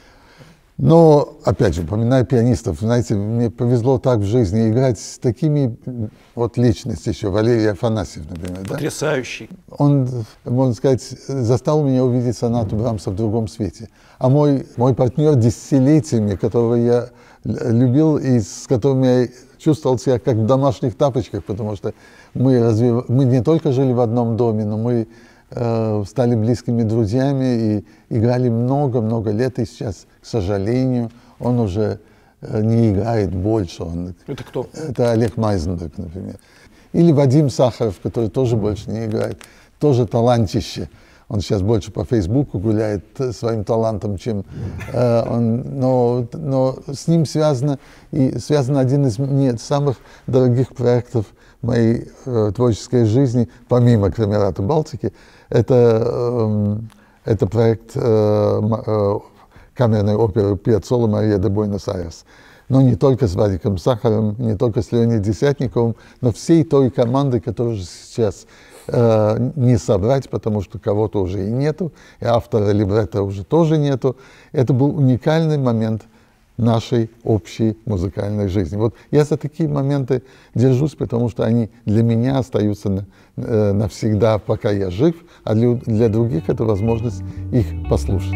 Но, опять же, упоминая пианистов, знаете, мне повезло так в жизни играть с такими вот личностями еще, Валерий Афанасьев, например. Потрясающий. Да? Он, можно сказать, застал меня увидеть сонату Брамса в другом свете. А мой, мой партнер десятилетиями, которого я любил и с которым я чувствовал себя как в домашних тапочках, потому что мы, разве, мы не только жили в одном доме, но мы э, стали близкими друзьями и играли много-много лет, и сейчас, к сожалению, он уже э, не играет больше. Он, это кто? Это Олег Майзенберг, например. Или Вадим Сахаров, который тоже больше не играет, тоже талантище. Он сейчас больше по Фейсбуку гуляет своим талантом, чем э, он, но, но с ним связано, и связан один из мне самых дорогих проектов моей э, творческой жизни, помимо Крамерата Балтики. Это, э, это проект э, э, камерной оперы Пиаццолы «Мария де Буэнос-Айрес». Но не только с Вадиком Сахаровым, не только с Леонидом Десятниковым, но всей той командой, которая сейчас э, не собрать, потому что кого-то уже и нету, и автора либретто уже тоже нету. Это был уникальный момент нашей общей музыкальной жизни. Вот я за такие моменты держусь, потому что они для меня остаются на, э, навсегда, пока я жив, а для, для других это возможность их послушать.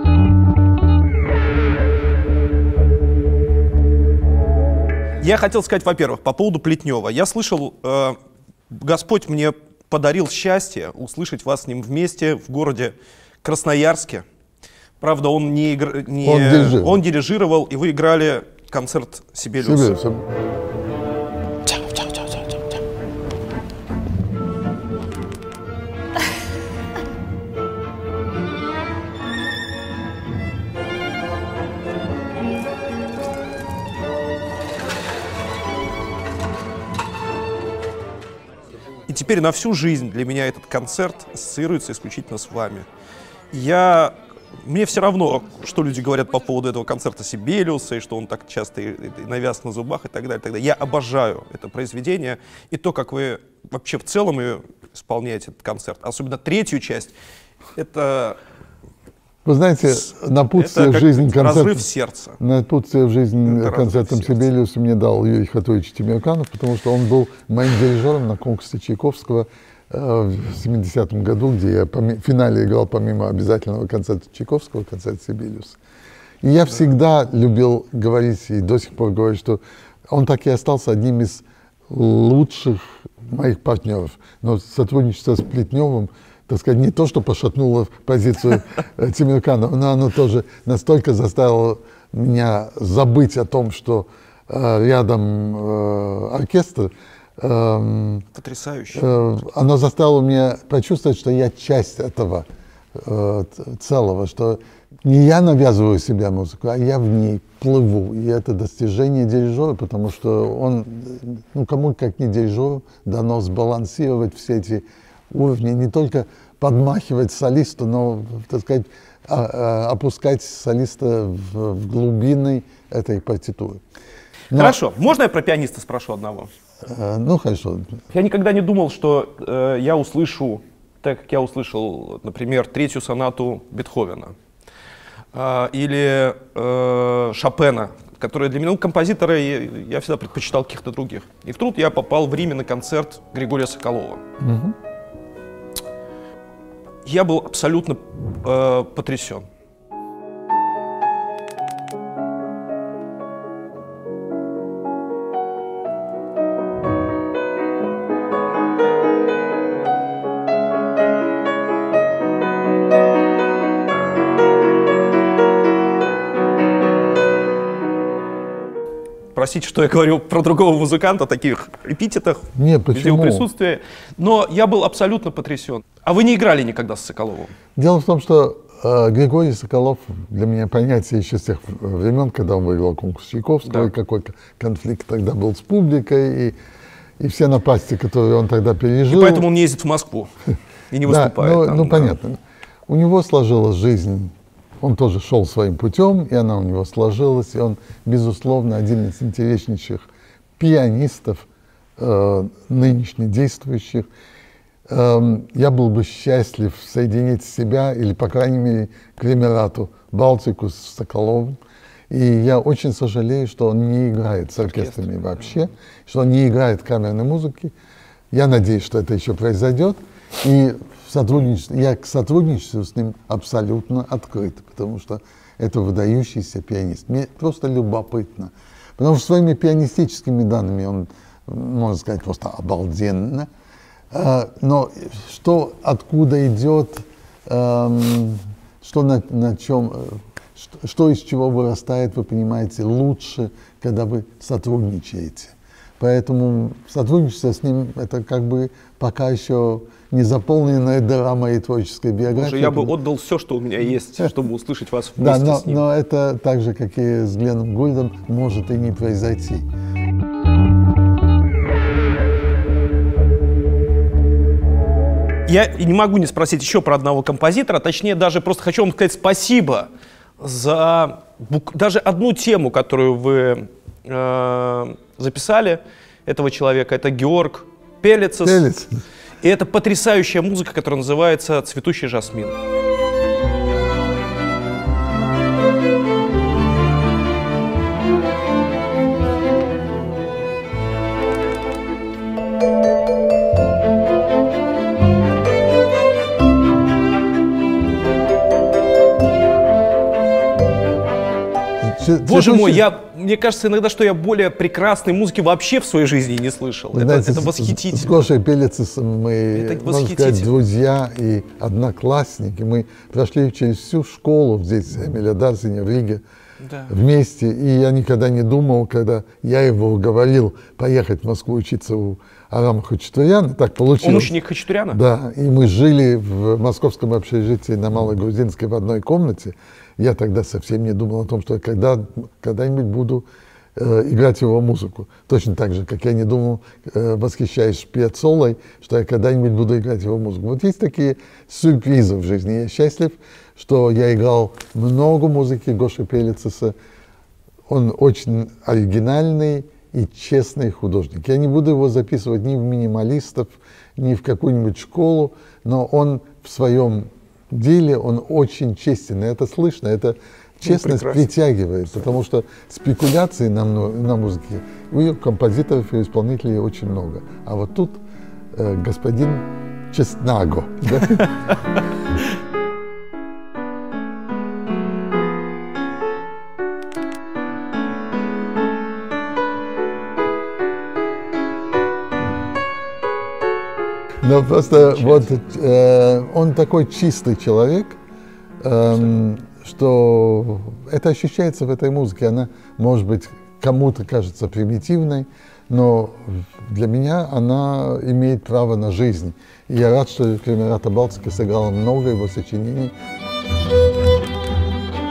Я хотел сказать, во-первых, по поводу Плетнева. Я слышал, э, Господь мне подарил счастье услышать вас с ним вместе в городе Красноярске. Правда, он не, игр... не... Он дирижировал. Он дирижировал, и вы играли концерт Сибелиуса. Сибелиуса. И теперь на всю жизнь для меня этот концерт ассоциируется исключительно с вами. Я... Мне все равно, что люди говорят по поводу этого концерта Сибелиуса, и что он так часто и, и навяз на зубах и так далее, и так далее. Я обожаю это произведение, и то, как вы вообще в целом ее исполняете, этот концерт. Особенно третью часть. Это... Вы знаете, напутствие в жизнь концертом, разрыв сердца. Напутствие в жизнь Это концертом Сибелиуса мне дал Юрий Хатович Тимирканов, потому что он был моим дирижером на конкурсе Чайковского э, в семидесятом году, где я в финале играл помимо обязательного концерта Чайковского, концерт Сибелиуса. И я всегда любил говорить, и до сих пор говорю, что он так и остался одним из лучших моих партнеров. Но сотрудничество с Плетневым, так сказать, не то, что пошатнуло позицию Тимирканова, но оно тоже настолько заставило меня забыть о том, что э, рядом э, оркестр. Э, Потрясающе. Э, оно заставило меня почувствовать, что я часть этого э, целого, что не я навязываю себе музыку, а я в ней плыву. И это достижение дирижера, потому что он, ну кому как не дирижеру, дано сбалансировать все эти уровни, не только подмахивать солисту, но, так сказать, опускать солиста в, в глубины этой партитуры. Но... Хорошо, можно я про пианиста спрошу одного? Э, ну, хорошо. Я никогда не думал, что э, я услышу, так как я услышал, например, третью сонату Бетховена э, или э, Шопена, которые для меня, ну, композиторы, я, я всегда предпочитал каких-то других. И вдруг я попал в Риме на концерт Григория Соколова. Угу. Я был абсолютно э, потрясен. Простите, что я говорю про другого музыканта, таких эпитетах, не, без его присутствия. Но я был абсолютно потрясен. А вы не играли никогда с Соколовым? Дело в том, что э, Григорий Соколов для меня понятие еще с тех времен, когда он выиграл конкурс Чайковского, да. И какой конфликт тогда был с публикой, и, и все напасти, которые он тогда пережил. И поэтому он не ездит в Москву и не выступает. Да, ну, ну понятно. У него сложилась жизнь. Он тоже шел своим путем, и она у него сложилась, и он, безусловно, один из интереснейших пианистов, э, нынешне действующих. Э, я был бы счастлив соединить себя, или, по крайней мере, Кремерату Балтику с Соколовым. И я очень сожалею, что он не играет с оркестрами вообще, что он не играет камерной музыки. Я надеюсь, что это еще произойдет. И сотрудничество, я к сотрудничеству с ним абсолютно открыт, потому что это выдающийся пианист. Мне просто любопытно, потому что своими пианистическими данными он, можно сказать, просто обалденно. Но что, откуда идет, что на, на чем, что, что из чего вырастает, вы понимаете лучше, когда вы сотрудничаете. Поэтому сотрудничество с ним — это как бы пока еще не заполненная дыра моей творческой биографии. Слушай, я бы отдал все, что у меня есть, чтобы услышать вас вместе да, но, с ним. но это так же, как и с Гленном Гульдом, может и не произойти. Я не могу не спросить еще про одного композитора, точнее даже просто хочу вам сказать спасибо за даже одну тему, которую вы э, записали этого человека. Это Георг Пелицис. Пелицис. И это потрясающая музыка, которая называется «Цветущий жасмин». Боже мой, я, мне кажется иногда, что я более прекрасной музыки вообще в своей жизни не слышал. Это, знаете, это восхитительно. С, с Гошей Пелицисом мы, можно сказать, друзья и одноклассники. Мы прошли через всю школу здесь, Эмиля Дарзиня, в Риге, да. Вместе. И я никогда не думал, когда я его уговорил поехать в Москву учиться у Арама Хачатуряна, так получилось. Он ученик Хачатуряна? Да, и мы жили в московском общежитии на Малой Грузинской в одной комнате. Я тогда совсем не думал о том, что я когда, когда-нибудь буду э, играть его музыку. Точно так же, как я не думал, э, восхищаясь Пиаццолой, что я когда-нибудь буду играть его музыку. Вот есть такие сюрпризы в жизни. Я счастлив, что я играл много музыки Гоши Пелициса. Он очень оригинальный и честный художник. Я не буду его записывать ни в минималистов, ни в какую-нибудь школу, но он в своем деле он очень честен, и это слышно, это честность ну, притягивает, потому что спекуляций на, на музыке у композиторов и исполнителей очень много. А вот тут э, господин Честнаго. Да? Но просто вот э, он такой чистый человек, э, что это ощущается в этой музыке. Она, может быть, кому-то кажется примитивной, но для меня она имеет право на жизнь. И я рад, что Кремерата Балтика сыграла много его сочинений.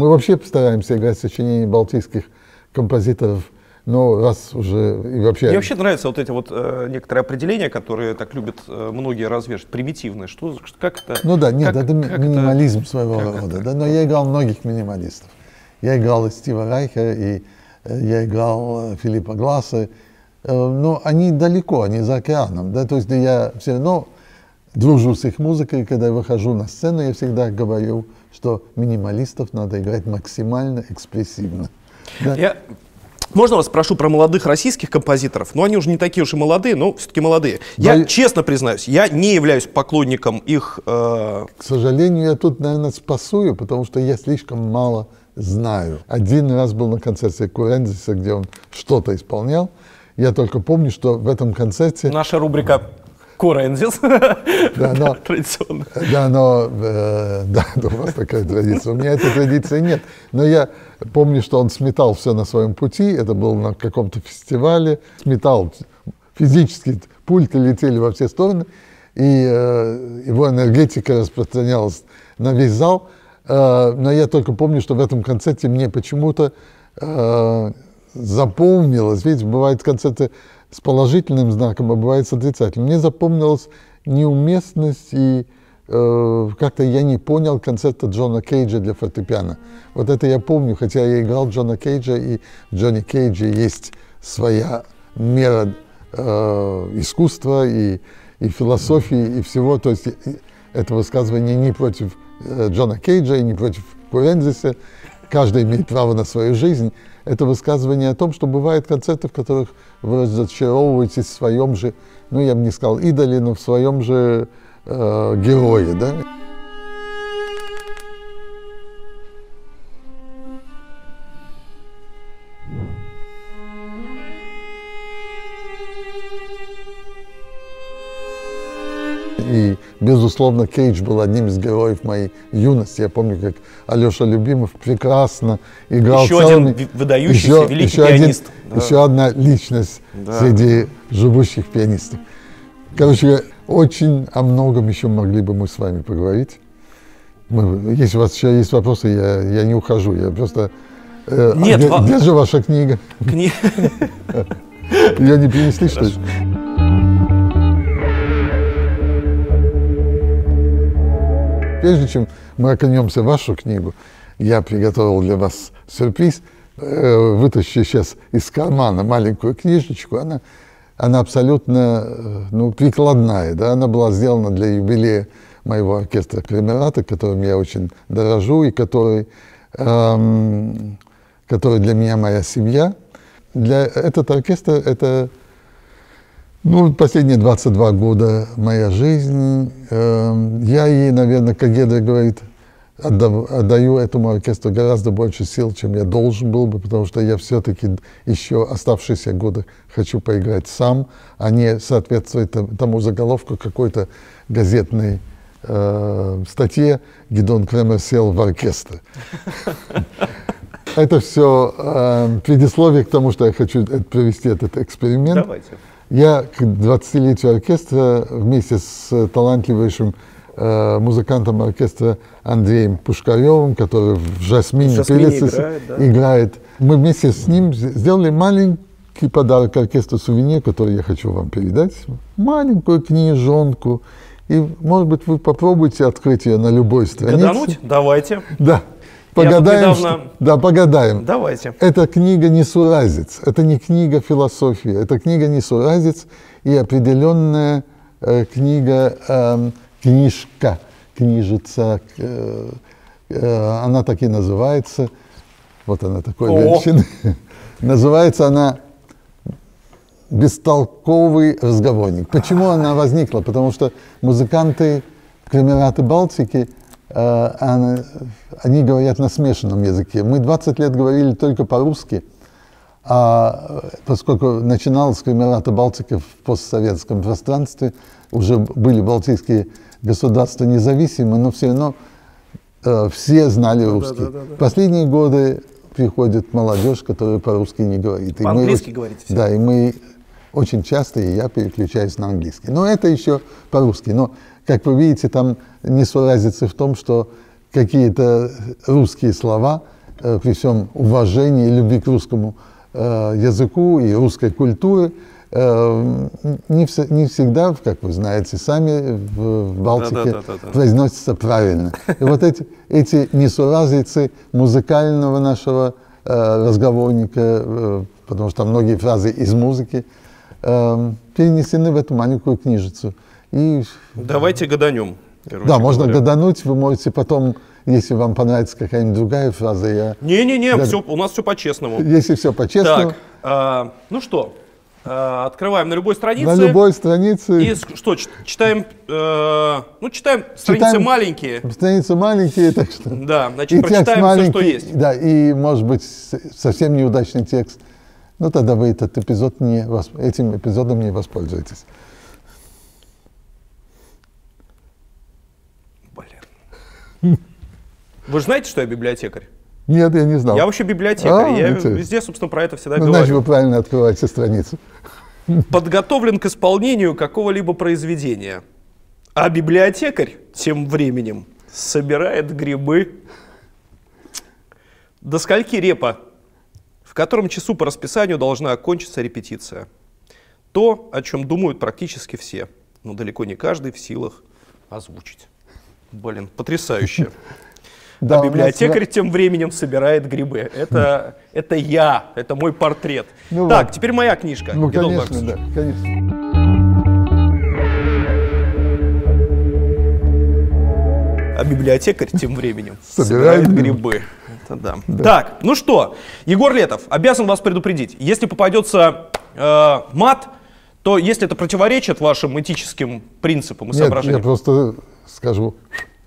Мы вообще постараемся играть сочинения балтийских композиторов, но раз уже и вообще... Мне вообще нравятся вот эти вот э, некоторые определения, которые так любят э, многие развешивать. Примитивные. Что, как это? Ну да, нет, как, это как минимализм это, своего как рода. это? Да, но я играл многих минималистов. Я играл и Стива Райха, и э, я играл э, Филиппа Гласса. Э, но они далеко, они за океаном. Да? То есть да, я все равно дружу с их музыкой, и когда я выхожу на сцену, я всегда говорю, что минималистов надо играть максимально экспрессивно. Да? Я... Можно вас спрошу про молодых российских композиторов? Ну, они уже не такие уж и молодые, но все-таки молодые. Я Да, честно признаюсь, я не являюсь поклонником их... Э... К сожалению, я тут, наверное, спасую, потому что я слишком мало знаю. Один раз был на концерте Курензиса, где он что-то исполнял. Я только помню, что в этом концерте... Наша рубрика Курензис. Да, но, Традиционно. да, но э, да, у вас такая традиция. У меня этой традиции нет. Но я помню, что он сметал все на своем пути. Это было на каком-то фестивале. Сметал физически, пульты летели во все стороны. И э, его энергетика распространялась на весь зал. Э, но я только помню, что в этом концерте мне почему-то э, запомнилось. Видите, бывают концерты с положительным знаком, а бывает с отрицательным. Мне запомнилась неуместность, и э, как-то я не понял концерта Джона Кейджа для фортепиано. Вот это я помню, хотя я играл Джона Кейджа, и в Джоне Кейджа есть своя мера э, искусства и, и философии, и всего. То есть это высказывание не против э, Джона Кейджа и не против Курензиса. Каждый имеет право на свою жизнь. Это высказывание о том, что бывают концерты, в которых вы разочаровываетесь в своем же, ну, я бы не сказал идоле, но в своем же э, герое, да? И, безусловно, Кейдж был одним из героев моей юности. Я помню, как Алеша Любимов прекрасно играл. Еще целыми... один выдающийся еще, великий еще пианист. Один, да. Еще одна личность Да. среди живущих пианистов. Короче, очень о многом еще могли бы мы с вами поговорить. Мы, если у вас еще есть вопросы, я, я не ухожу. Я просто... Э, Нет, а, ва... где, где же ваша книга? Кни... Ее не принесли, что ли? Прежде чем мы окунемся в вашу книгу, я приготовил для вас сюрприз. Вытащу сейчас из кармана маленькую книжечку. Она, она абсолютно ну, прикладная. Да? Она была сделана для юбилея моего оркестра Кремерата, которым я очень дорожу и который, эм, который для меня моя семья. Для этот оркестр — это ну, последние двадцать два года моя жизнь. Э, я ей, наверное, как Гедра говорит, отдав, отдаю этому оркестру гораздо больше сил, чем я должен был бы, потому что я все-таки еще оставшиеся годы хочу поиграть сам, а не соответствовать тому заголовку какой-то газетной э, статье «Гидон Кремер сел в оркестр». Это все э, предисловие к тому, что я хочу провести этот эксперимент. Давайте. Я к двадцатилетию оркестра вместе с талантливейшим э, музыкантом оркестра Андреем Пушкаревым, который в «Жасмине» пелице играет, да? играет. Мы вместе с ним сделали маленький подарок оркестру «Сувенир», который я хочу вам передать. Маленькую книжонку. И, может быть, вы попробуйте открыть ее на любой странице. Гадануть? Давайте. Да. Погадаем, недавно... что... Да, погадаем. Давайте. Эта книга несуразец. Это не книга философии. Это книга несуразец и определенная э, книга, э, книжка, книжица. Э, э, она так и называется. Вот она такой величины. Называется она «Бестолковый разговорник». Почему она возникла? Потому что музыканты Кремераты Балтики, Они, они говорят на смешанном языке. Мы двадцать лет говорили только по-русски, а поскольку начиналась Кремерата Балтика в постсоветском пространстве, уже были балтийские государства независимые, но все равно э, все знали русский. Да, да, да, да. Последние годы приходит молодежь, которая по-русски не говорит. По-английски говорите? Да, и мы очень часто, и я переключаюсь на английский. Но это еще по-русски. Но, как вы видите, там несуразица в том, что какие-то русские слова э, при всем уважении и любви к русскому э, языку и русской культуре, э, не, вс- не всегда, как вы знаете сами, в, в Балтике Да, да, да, да, да. произносится правильно. И вот эти, эти несуразицы музыкального нашего э, разговорника, э, потому что там многие фразы из музыки, э, перенесены в эту маленькую книжицу. И, Давайте гаданем. да, можно говоря. гадануть, вы можете потом, если вам понравится какая-нибудь другая фраза, я... Не-не-не, Да. все, у нас все по-честному. Если все по-честному, Так, а, ну что, а, открываем на любой странице. на любой странице, И с- что, ч- читаем, э, ну, читаем страницы Читаем. маленькие. страницы маленькие, так что... Да, значит, И текст прочитаем все, маленький, что есть. да, и, может быть, с- совсем неудачный текст. Ну, тогда вы этот эпизод не, восп- этим эпизодом не воспользуетесь. Блин. Вы же знаете, что я библиотекарь? Нет, я не знал. Я вообще библиотекарь. А, я интересно. везде, собственно, про это всегда Ну, значит, говорю. вы правильно открываете страницу. Подготовлен к исполнению какого-либо произведения. А библиотекарь тем временем собирает грибы. До скольки репа? В котором часу по расписанию должна окончиться репетиция? То, о чем думают практически все, но далеко не каждый в силах озвучить. Блин, потрясающе. Да, А у нас библиотекарь тем временем собирает грибы. Это, это я, это мой портрет. Ну так, вот. теперь моя книжка. Ну, Гедон конечно, Маркович. да, конечно. А библиотекарь тем временем Собирает собирает грибы. грибы. Это да. Так, ну что, Егор Летов, обязан вас предупредить. Если попадется э, мат, то если это противоречит вашим этическим принципам и Нет, я соображениям... просто скажу.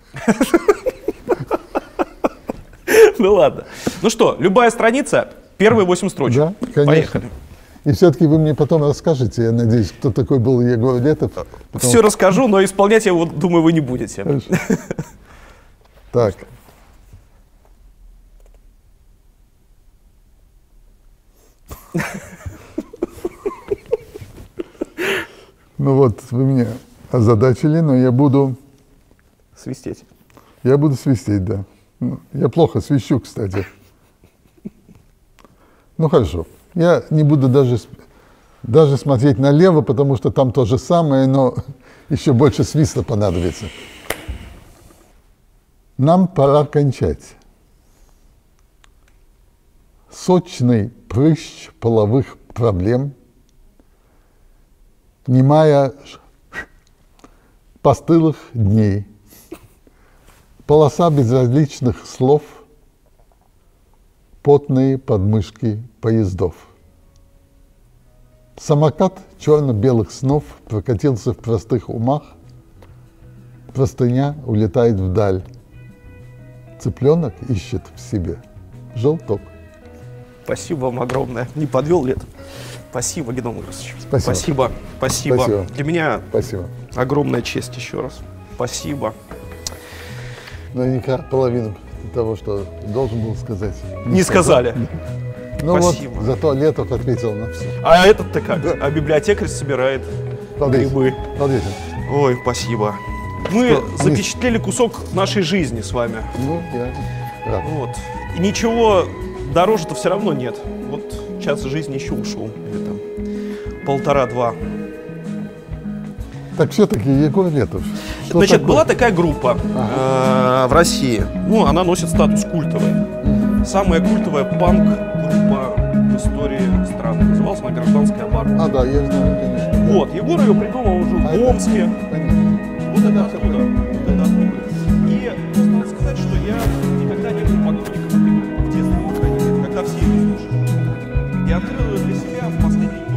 Ну ладно. Ну что, любая страница, первые восемь строчек. Да, конечно. Поехали. И все-таки вы мне потом расскажете, я надеюсь, кто такой был Егор Летов. потому- Все расскажу, но исполнять я его, думаю, вы не будете. Хорошо. Так. Ну вот, вы меня озадачили, но я буду, Свистеть. я буду свистеть, да. Ну, я плохо свищу, кстати. Ну хорошо. Я не буду даже, с- даже смотреть налево, потому что там то же самое, но еще больше свиста понадобится. Нам пора кончать. Сочный прыщ половых проблем, немая ш- постылых дней, полоса безразличных слов, потные подмышки поездов. Самокат черно-белых снов прокатился в простых умах, простыня улетает вдаль. Цыпленок ищет в себе желток. Спасибо вам огромное. Не подвел лет. Спасибо, Гедон Маркович. Спасибо. Спасибо. Спасибо. Спасибо. Для меня Спасибо. огромная честь еще раз. Спасибо. Наверняка половину того, что должен был сказать. Не сказали. Ну Спасибо. вот, зато Летов ответил на все. А этот-то как? А библиотекарь собирает грибы. Смотрите. Ой, спасибо. Мы Что, запечатлели кусок нашей жизни с вами. Ну, я рад. Вот. И ничего дороже-то все равно нет. Вот час жизни еще ушел. Или там полтора-два. Так все-таки Егор Летов. Что Значит, такое? была такая группа э, в России. Ну, она носит статус культовой. Самая культовая панк-группа в истории страны. Называлась она «Гражданская оборона». А, да, я знаю, конечно. Вот, Егор ее придумал уже А в это- Омске. Понятно. Вот это оттуда. Вот это оттуда. И просто надо сказать, что я никогда не был поклонником этой группы. В детстве, по крайней мере, когда все ее слушали. И открыл ее для себя в последние